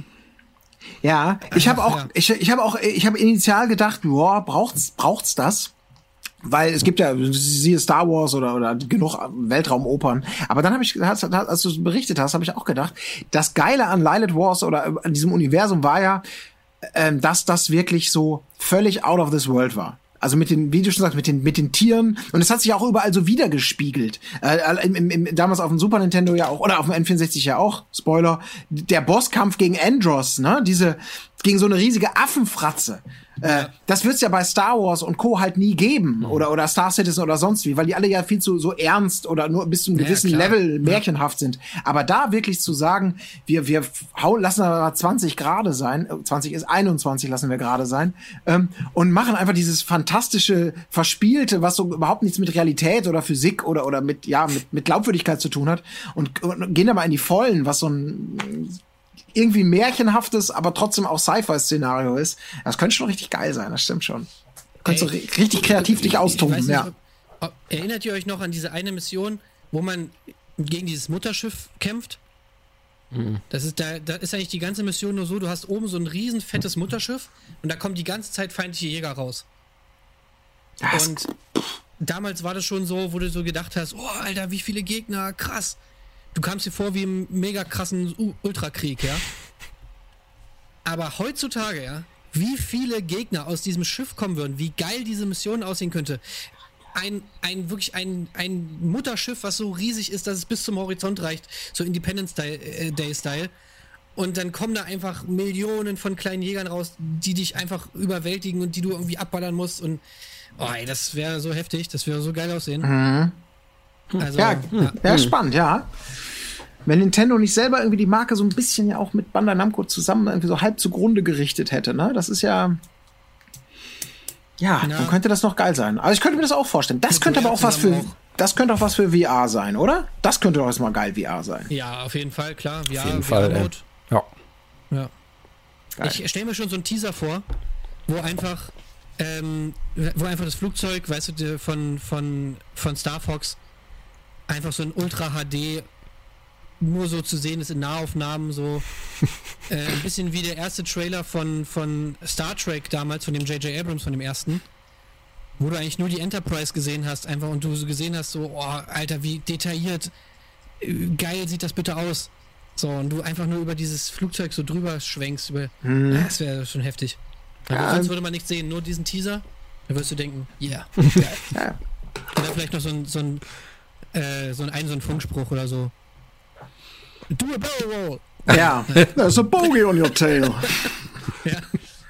Ja, ich habe auch, ja. ich, ich habe auch, ich habe initial gedacht, boah, braucht's, braucht's das? Weil es gibt ja, siehe Star Wars oder oder genug Weltraumopern. Aber dann habe ich, als, als du berichtet hast, habe ich auch gedacht, das Geile an Lilith Wars oder an diesem Universum war ja, ähm, dass das wirklich so völlig out of this world war. Also mit den, wie du schon sagst, mit den mit den Tieren. Und es hat sich auch überall so wiedergespiegelt. Äh, im, im, im, damals auf dem Super Nintendo ja auch, oder auf dem N vierundsechzig ja auch, Spoiler, der Bosskampf gegen Andros, ne, diese, gegen so eine riesige Affenfratze. Äh, das wird's ja bei Star Wars und Co. halt nie geben. Mhm. Oder, oder Star Citizen oder sonst wie, weil die alle ja viel zu so ernst oder nur bis zu einem gewissen ja, Level märchenhaft sind. Aber da wirklich zu sagen, wir, wir hauen, lassen wir zwanzig Grad sein, zwanzig ist einundzwanzig, lassen wir gerade sein, ähm, und machen einfach dieses fantastische, verspielte, was so überhaupt nichts mit Realität oder Physik oder, oder mit, ja, mit, mit Glaubwürdigkeit zu tun hat und, und gehen da mal in die Vollen, was so ein, irgendwie märchenhaftes, aber trotzdem auch Sci-Fi-Szenario ist. Das könnte schon richtig geil sein, das stimmt schon. Könntest du ri- richtig kreativ dich austoben, nicht, ja. Ob, ob, erinnert ihr euch noch an diese eine Mission, wo man gegen dieses Mutterschiff kämpft? Mhm. Das ist, da, da ist eigentlich die ganze Mission nur so, du hast oben so ein riesen fettes Mutterschiff und da kommen die ganze Zeit feindliche Jäger raus. Das und damals war das schon so, wo du so gedacht hast, oh, Alter, wie viele Gegner, krass. Du kamst dir vor wie im mega krassen U- Ultrakrieg, ja. Aber heutzutage, ja, wie viele Gegner aus diesem Schiff kommen würden, wie geil diese Mission aussehen könnte. Ein, ein wirklich ein, ein Mutterschiff, was so riesig ist, dass es bis zum Horizont reicht, so Independence Day-Style. Und dann kommen da einfach Millionen von kleinen Jägern raus, die dich einfach überwältigen und die du irgendwie abballern musst. Und oh, ey, das wäre so heftig, das würde so geil aussehen. Mhm. Also, ja, ja. ja, spannend, ja. Wenn Nintendo nicht selber irgendwie die Marke so ein bisschen ja auch mit Bandai Namco zusammen irgendwie so halb zugrunde gerichtet hätte, ne? Das ist ja. Ja, Ja. dann könnte das noch geil sein. Also ich könnte mir das auch vorstellen. Das könnte aber auch was für. Zusammen Das könnte auch was für V R sein, oder? Das könnte doch erstmal geil V R sein. Ja, auf jeden Fall, klar. Ja, Auf jeden Fall, ey. Ja. Ja. Geil. Ich stelle mir schon so einen Teaser vor, wo einfach, ähm, wo einfach das Flugzeug, weißt du, die- von, von, von Star Fox einfach so in Ultra H D nur so zu sehen ist in Nahaufnahmen, so äh, ein bisschen wie der erste Trailer von, von Star Trek damals, von dem J J Abrams, von dem ersten, wo du eigentlich nur die Enterprise gesehen hast, einfach und du so gesehen hast, so, oh, Alter, wie detailliert, äh, geil sieht das bitte aus. So, und du einfach nur über dieses Flugzeug so drüber schwenkst, über, Mhm. ja, das wäre schon heftig. Aber Ja, sonst würde man nichts sehen, nur diesen Teaser, da würdest du denken, yeah. Ja. Oder vielleicht noch so ein, so ein, äh, so ein, ein, so ein Funkspruch oder so. Do a barrel roll! Ja, there's a bogey on your tail. Ja.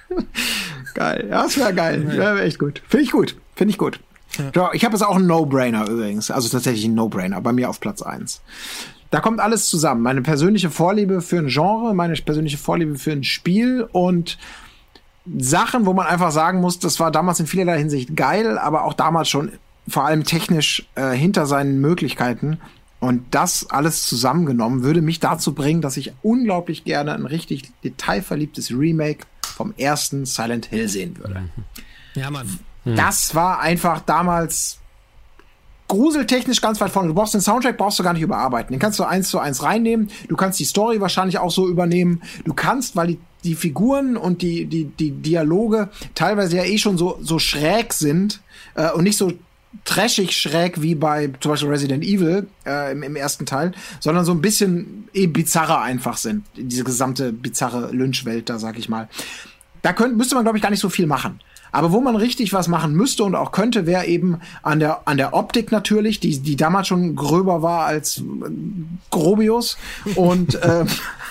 Geil, ja, das wäre geil. Ja. Wäre echt gut. Finde ich gut. Finde ich gut. Ja. Ja, ich habe jetzt auch einen No-Brainer übrigens. Also tatsächlich ein No-Brainer. Bei mir auf Platz eins. Da kommt alles zusammen. Meine persönliche Vorliebe für ein Genre, meine persönliche Vorliebe für ein Spiel und Sachen, wo man einfach sagen muss, das war damals in vielerlei Hinsicht geil, aber auch damals schon vor allem technisch äh, hinter seinen Möglichkeiten. Und das alles zusammengenommen würde mich dazu bringen, dass ich unglaublich gerne ein richtig detailverliebtes Remake vom ersten Silent Hill sehen würde. Ja, Mann. Das war einfach damals gruseltechnisch ganz weit vorne. Du brauchst den Soundtrack, brauchst du gar nicht überarbeiten. Den kannst du eins zu eins reinnehmen. Du kannst die Story wahrscheinlich auch so übernehmen. Du kannst, weil die, die Figuren und die, die, die Dialoge teilweise ja eh schon so, so schräg sind äh, und nicht so trashig schräg wie bei zum Beispiel Resident Evil äh, im, im ersten Teil, sondern so ein bisschen eh bizarrer einfach sind. Diese gesamte bizarre Lynch-Welt da, sag ich mal. Da könnt, müsste man, glaube ich, gar nicht so viel machen. Aber wo man richtig was machen müsste und auch könnte, wäre eben an der, an der Optik natürlich, die, die damals schon gröber war als äh, Grobius. Und, äh,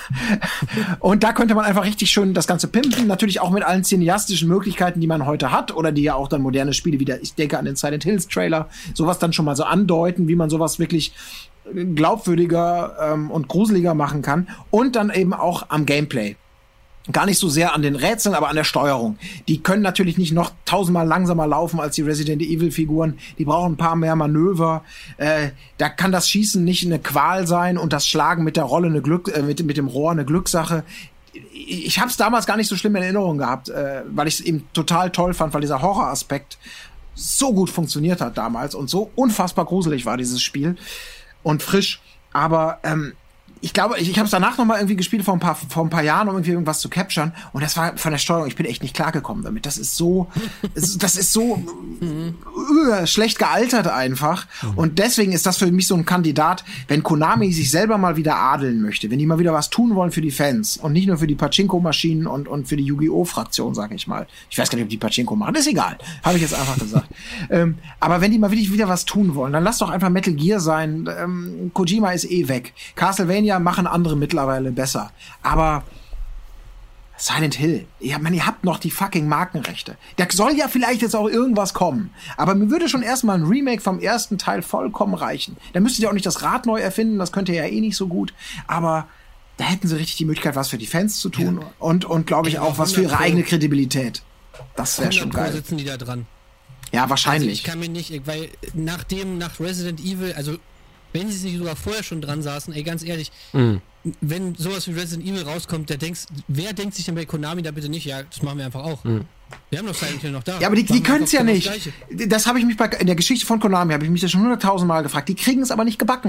und da könnte man einfach richtig schön das Ganze pimpen. Natürlich auch mit allen cineastischen Möglichkeiten, die man heute hat. Oder die ja auch dann moderne Spiele wieder, ich denke an den Silent Hills Trailer, sowas dann schon mal so andeuten, wie man sowas wirklich glaubwürdiger ähm, und gruseliger machen kann. Und dann eben auch am Gameplay. Gar nicht so sehr an den Rätseln, aber an der Steuerung. Die können natürlich nicht noch tausendmal langsamer laufen als die Resident Evil Figuren. Die brauchen ein paar mehr Manöver. Äh, da kann das Schießen nicht eine Qual sein und das Schlagen mit der Rolle eine Glück, äh, mit, mit dem Rohr eine Glückssache. Ich habe es damals gar nicht so schlimm in Erinnerung gehabt, äh, weil ich es eben total toll fand, weil dieser Horroraspekt so gut funktioniert hat damals und so unfassbar gruselig war dieses Spiel und frisch. Aber ähm, ich glaube, ich, ich habe es danach noch mal irgendwie gespielt vor ein paar vor ein paar Jahren, um irgendwie irgendwas zu capturen. Und das war von der Steuerung. Ich bin echt nicht klargekommen damit. Das ist so, es- das ist so äh, schlecht gealtert einfach. Und deswegen ist das für mich so ein Kandidat, wenn Konami sich selber mal wieder adeln möchte, wenn die mal wieder was tun wollen für die Fans und nicht nur für die Pachinko-Maschinen und und für die Yu-Gi-Oh! Fraktion, sag ich mal. Ich weiß gar nicht, ob die Pachinko machen. Das ist egal. Habe ich jetzt einfach gesagt. ähm, aber wenn die mal wirklich wieder was tun wollen, dann lass doch einfach Metal Gear sein. Ähm, Kojima ist eh weg. Castlevania machen andere mittlerweile besser. Aber Silent Hill, ja, man, ihr habt noch die fucking Markenrechte. Da soll ja vielleicht jetzt auch irgendwas kommen. Aber mir würde schon erstmal ein Remake vom ersten Teil vollkommen reichen. Da müsstet ihr auch nicht das Rad neu erfinden, das könnt ihr ja eh nicht so gut. Aber da hätten sie richtig die Möglichkeit, was für die Fans zu tun. Ja. Und, und glaube ich, Ja, auch was für ihre hundert Pro. eigene Kredibilität. Das wäre schon hundert Pro geil. sitzen die da dran. Ja, Also wahrscheinlich. ich kann mir nicht, weil nach dem, nach Resident Evil, also wenn sie sich sogar vorher schon dran saßen, ey, ganz ehrlich, Mhm. wenn sowas wie Resident Evil rauskommt, der denkst, wer denkt sich denn bei Konami da bitte nicht, ja, das machen wir einfach auch. Mhm. Wir haben doch Silent Hill noch da. Ja, aber die, die Machen wir können es ja einfach genau nicht. das Gleiche. Das habe ich mich bei, in der Geschichte von Konami, habe ich mich das schon hunderttausend Mal gefragt. Die kriegen es aber nicht gebacken.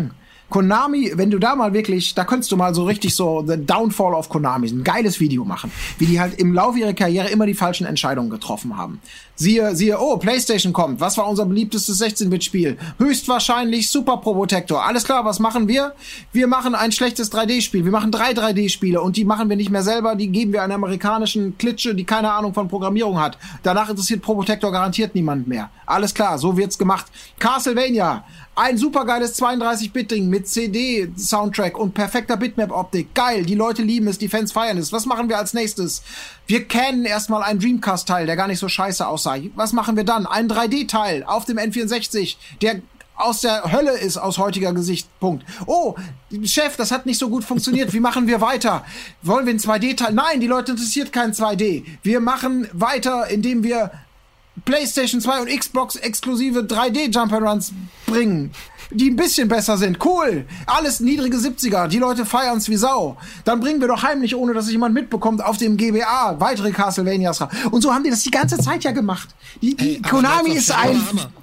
Konami, wenn du da mal wirklich, da könntest du mal so richtig so The Downfall of Konami, ein geiles Video machen, wie die halt im Laufe ihrer Karriere immer die falschen Entscheidungen getroffen haben. Siehe, siehe, oh, PlayStation kommt, was war unser beliebtestes sechzehn-Bit-Spiel? Höchstwahrscheinlich Super Probotector. Alles klar, was machen wir? Wir machen ein schlechtes drei D-Spiel, wir machen drei drei D-Spiele und die machen wir nicht mehr selber, die geben wir einer amerikanischen Klitsche, die keine Ahnung von Programmierung hat. Danach interessiert Probotector garantiert niemand mehr. Alles klar, so wird's gemacht. Castlevania, ein supergeiles zweiunddreißig-Bit-Ding mit C D-Soundtrack und perfekter Bitmap-Optik. Geil, die Leute lieben es, die Fans feiern es. Was machen wir als nächstes? Wir kennen erstmal einen Dreamcast-Teil, der gar nicht so scheiße aussah. Was machen wir dann? Ein drei D-Teil auf dem N vierundsechzig, der aus der Hölle ist aus heutiger Gesichtspunkt. Oh, Chef, das hat nicht so gut funktioniert. Wie machen wir weiter? Wollen wir ein zwei D-Teil? Nein, die Leute interessiert kein zwei D. Wir machen weiter, indem wir PlayStation zwei und Xbox exklusive drei D-Jump-and-Runs bringen, die ein bisschen besser sind. Cool. Alles niedrige siebziger. Die Leute feiern's wie Sau. Dann bringen wir doch heimlich, ohne dass es jemand mitbekommt, auf dem G B A weitere Castlevanias raus. Und so haben die das die ganze Zeit ja gemacht. Die, die Ey, Konami ist ein...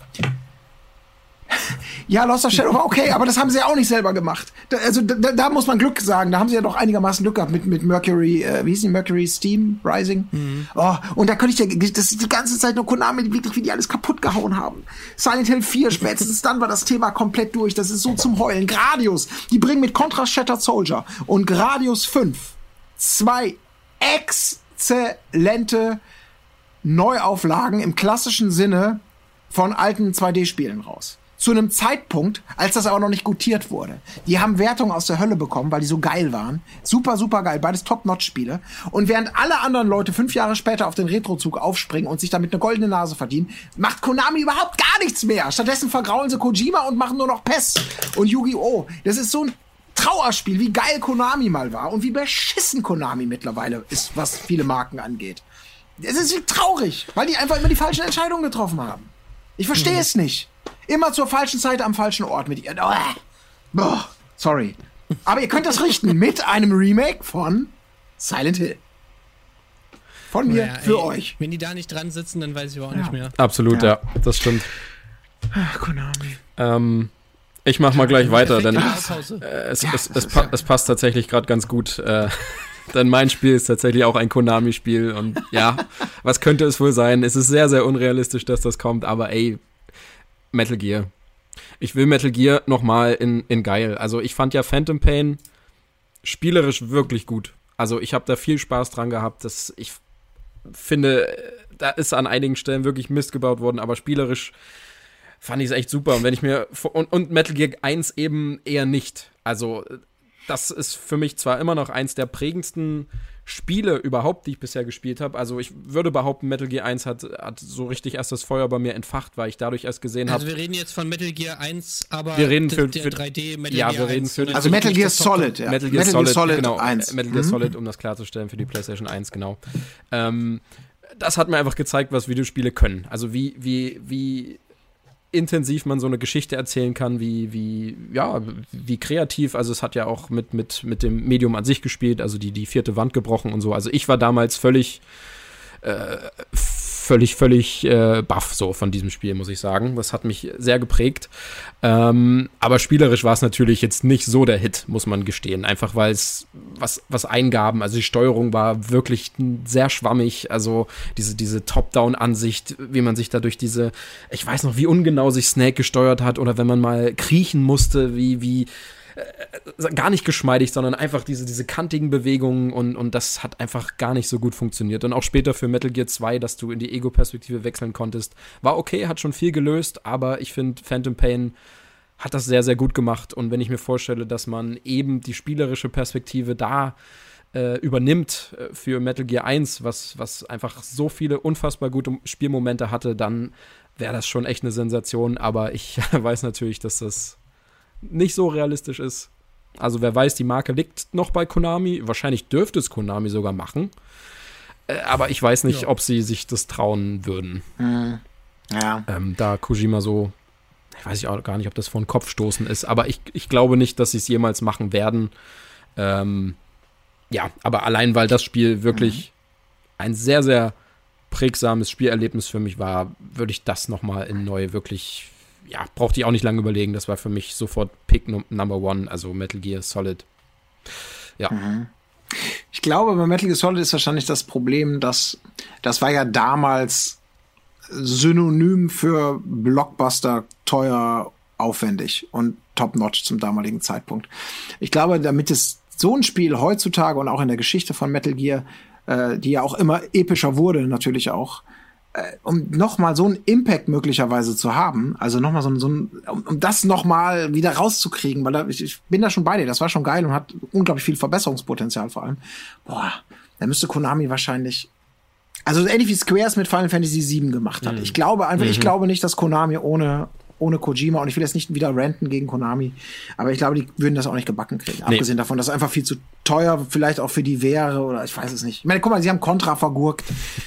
Ja, Lost of Shadow war okay, aber das haben sie ja auch nicht selber gemacht. Da, also da, da muss man Glück sagen. Da haben sie ja doch einigermaßen Glück gehabt mit, mit Mercury, äh, wie hieß die, Mercury Steam Rising. Mhm. Oh, und da könnte ich ja, das ist die ganze Zeit nur Konami, wirklich, wie die alles kaputt gehauen haben. Silent Hill vier, spätestens dann war das Thema komplett durch. Das ist so zum Heulen. Gradius, die bringen mit Contra Shattered Soldier und Gradius fünf zwei exzellente Neuauflagen im klassischen Sinne von alten zwei D-Spielen raus. Zu einem Zeitpunkt, als das aber noch nicht gutiert wurde. Die haben Wertungen aus der Hölle bekommen, weil die so geil waren. Super, super geil. Beides Top-Notch-Spiele. Und während alle anderen Leute fünf Jahre später auf den Retro-Zug aufspringen und sich damit eine goldene Nase verdienen, macht Konami überhaupt gar nichts mehr. Stattdessen vergraulen sie Kojima und machen nur noch P E S und Yu-Gi-Oh! Das ist so ein Trauerspiel, wie geil Konami mal war und wie beschissen Konami mittlerweile ist, was viele Marken angeht. Es ist traurig, weil die einfach immer die falschen Entscheidungen getroffen haben. Ich verstehe mhm. es nicht. Immer zur falschen Zeit am falschen Ort mit ihr. Oh, sorry. Aber ihr könnt das richten mit einem Remake von Silent Hill. Von mir naja, für ey, euch. Wenn die da nicht dran sitzen, dann weiß ich auch ja. nicht mehr. Absolut, ja, ja, das stimmt. Ach, Konami. Ähm, ich mach mal gleich weiter, denn äh, es, ja, es, es, pa- es passt tatsächlich gerade ganz gut. Äh, denn mein Spiel ist tatsächlich auch ein Konami-Spiel. Und ja, was könnte es wohl sein? Es ist sehr, sehr unrealistisch, dass das kommt. Aber ey, Metal Gear. Ich will Metal Gear nochmal in, in geil. Also ich fand ja Phantom Pain spielerisch wirklich gut. Also ich habe da viel Spaß dran gehabt. Das, ich finde, da ist an einigen Stellen wirklich Mist gebaut worden, aber spielerisch fand ich es echt super. Und wenn ich mir und, und Metal Gear eins eben eher nicht. Also das ist für mich zwar immer noch eins der prägendsten Spiele überhaupt, die ich bisher gespielt habe. Also ich würde behaupten, Metal Gear eins hat, hat so richtig erst das Feuer bei mir entfacht, weil ich dadurch erst gesehen habe. Also wir reden jetzt von Metal Gear eins, aber wir reden für, der für, drei D Metal ja, Gear wir reden eins. für Also Metal Gear Solid, ja. Metal Gear, Metal Solid, Gear Solid genau. eins. Metal Gear mhm. Solid, um das klarzustellen, für die PlayStation eins, genau. Ähm, das hat mir einfach gezeigt, was Videospiele können. Also wie, wie, wie intensiv man so eine Geschichte erzählen kann, wie, wie, ja, wie kreativ. Also es hat ja auch mit, mit, mit dem Medium an sich gespielt, also die, die vierte Wand gebrochen und so. Also ich war damals völlig äh, völlig, völlig äh, baff so von diesem Spiel, muss ich sagen. Das hat mich sehr geprägt. Ähm, aber spielerisch war es natürlich jetzt nicht so der Hit, muss man gestehen. Einfach weil es was, was Eingaben, also die Steuerung war wirklich sehr schwammig. Also diese, diese Top-Down-Ansicht, wie man sich da durch diese, ich weiß noch, wie ungenau sich Snake gesteuert hat oder wenn man mal kriechen musste, wie, wie gar nicht geschmeidig, sondern einfach diese, diese kantigen Bewegungen und, und das hat einfach gar nicht so gut funktioniert. Und auch später für Metal Gear zwei, dass du in die Ego-Perspektive wechseln konntest, war okay, hat schon viel gelöst, aber ich finde, Phantom Pain hat das sehr, sehr gut gemacht. Und wenn ich mir vorstelle, dass man eben die spielerische Perspektive da äh, übernimmt äh, für Metal Gear eins, was, was einfach so viele unfassbar gute Spielmomente hatte, dann wäre das schon echt eine Sensation. Aber ich weiß natürlich, dass das nicht so realistisch ist. Also wer weiß, die Marke liegt noch bei Konami. Wahrscheinlich dürfte es Konami sogar machen. Äh, aber ich weiß nicht, ja. ob sie sich das trauen würden. Mhm. Ja. Ähm, da Kojima so, ich weiß auch gar nicht, ob das vor den Kopf stoßen ist, aber ich, ich glaube nicht, dass sie es jemals machen werden. Ähm, ja, aber allein, weil das Spiel wirklich mhm. ein sehr, sehr prägsames Spielerlebnis für mich war, würde ich das nochmal in neu wirklich ja, brauchte ich auch nicht lange überlegen. Das war für mich sofort Pick num- Number One, also Metal Gear Solid. Ja. Mhm. Ich glaube, bei Metal Gear Solid ist wahrscheinlich das Problem, dass das war ja damals synonym für Blockbuster, teuer, aufwendig und top-notch zum damaligen Zeitpunkt. Ich glaube, damit es so ein Spiel heutzutage und auch in der Geschichte von Metal Gear, äh, die ja auch immer epischer wurde, natürlich auch, äh, um nochmal so einen Impact möglicherweise zu haben, also nochmal so ein, so ein, um, um das nochmal wieder rauszukriegen, weil da, ich, ich bin da schon bei dir, das war schon geil und hat unglaublich viel Verbesserungspotenzial vor allem. Boah, da müsste Konami wahrscheinlich, also ähnlich wie Square es mit Final Fantasy sieben gemacht hat. Mhm. Ich glaube einfach, mhm. ich glaube nicht, dass Konami ohne ohne Kojima, und ich will jetzt nicht wieder ranten gegen Konami, aber ich glaube, die würden das auch nicht gebacken kriegen. Nee. Abgesehen davon, dass es einfach viel zu teuer vielleicht auch für die wäre, oder ich weiß es nicht. Ich meine, guck mal, sie haben Contra vergurkt.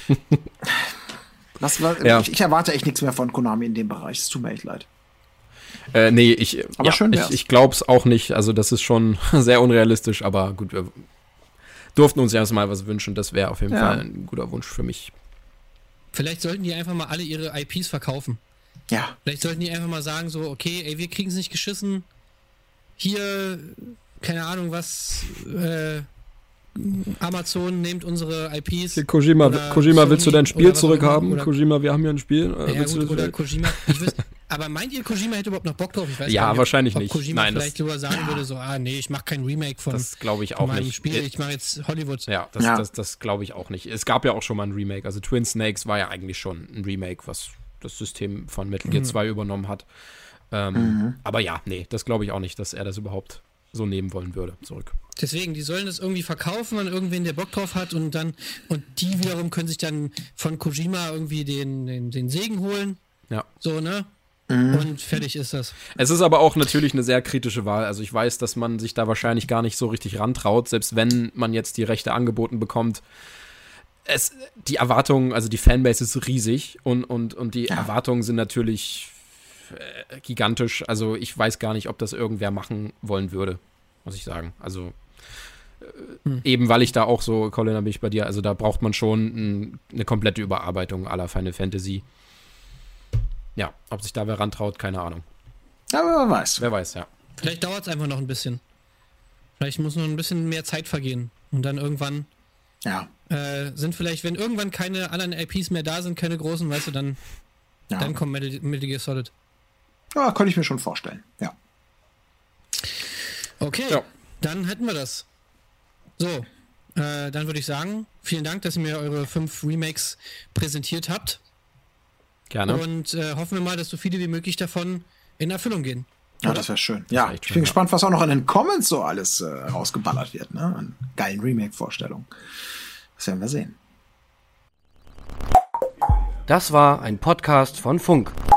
was, was, ja. ich, ich erwarte echt nichts mehr von Konami in dem Bereich. Es tut mir echt leid. Äh, nee, ich, aber ja, schön ich, ich glaube es auch nicht. Also das ist schon sehr unrealistisch, aber gut, wir durften uns erstmal was wünschen. Das wäre auf jeden ja. Fall ein guter Wunsch für mich. Vielleicht sollten die einfach mal alle ihre I Ps verkaufen. Ja. Vielleicht sollten die einfach mal sagen, so, okay, ey, wir kriegen es nicht geschissen. Hier, keine Ahnung, was, äh, Amazon nehmt unsere I Ps. Hier, Kojima, Kojima Sony, willst du dein Spiel zurückhaben? Kojima, wir haben hier ein Spiel. Äh, ja, gut, oder Kojima. Ich weiß, aber meint ihr, Kojima hätte überhaupt noch Bock drauf? Ich weiß ja, gar nicht, wahrscheinlich ob nicht. Kojima Nein, vielleicht sogar sagen würde, so, ah, nee, ich mache kein Remake von, das glaube ich von auch meinem nicht. Spiel, ich mache jetzt Hollywood. Ja, das, ja. das, das, das glaube ich auch nicht. Es gab ja auch schon mal ein Remake. Also Twin Snakes war ja eigentlich schon ein Remake, was das System von Metal Gear mhm. zwei übernommen hat. Ähm, mhm. Aber ja, nee, das glaube ich auch nicht, dass er das überhaupt so nehmen wollen würde, zurück. Deswegen, die sollen das irgendwie verkaufen an irgendwen, der Bock drauf hat, und dann, und die wiederum können sich dann von Kojima irgendwie den, den, den Segen holen. Ja. So, ne? Mhm. Und fertig ist das. Es ist aber auch natürlich eine sehr kritische Wahl. Also ich weiß, dass man sich da wahrscheinlich gar nicht so richtig rantraut, selbst wenn man jetzt die Rechte angeboten bekommt. Es, die Erwartungen, also die Fanbase ist riesig und, und, und die ja. Erwartungen sind natürlich äh, gigantisch. Also ich weiß gar nicht, ob das irgendwer machen wollen würde, muss ich sagen. Also äh, hm. eben weil ich da auch so, Colin, da bin ich bei dir, also da braucht man schon ein, eine komplette Überarbeitung aller Final Fantasy. Ja, ob sich da wer rantraut, keine Ahnung. Aber wer weiß. Wer weiß, ja. Vielleicht dauert es einfach noch ein bisschen. Vielleicht muss noch ein bisschen mehr Zeit vergehen. Und dann irgendwann ja. äh, sind vielleicht, wenn irgendwann keine anderen I Ps mehr da sind, keine großen, weißt du, dann, ja. dann kommt Metal, Metal Gear Solid. Ja, könnte ich mir schon vorstellen, ja. Okay, ja. Dann hätten wir das. So, äh, dann würde ich sagen, vielen Dank, dass ihr mir eure fünf Remakes präsentiert habt. Gerne. Und äh, hoffen wir mal, dass so viele wie möglich davon in Erfüllung gehen. Ja, das wäre schön. Ja, ich bin schön, gespannt, was auch noch in den Comments so alles äh, rausgeballert wird, ne? An geilen Remake-Vorstellungen. Das werden wir sehen. Das war ein Podcast von Funk.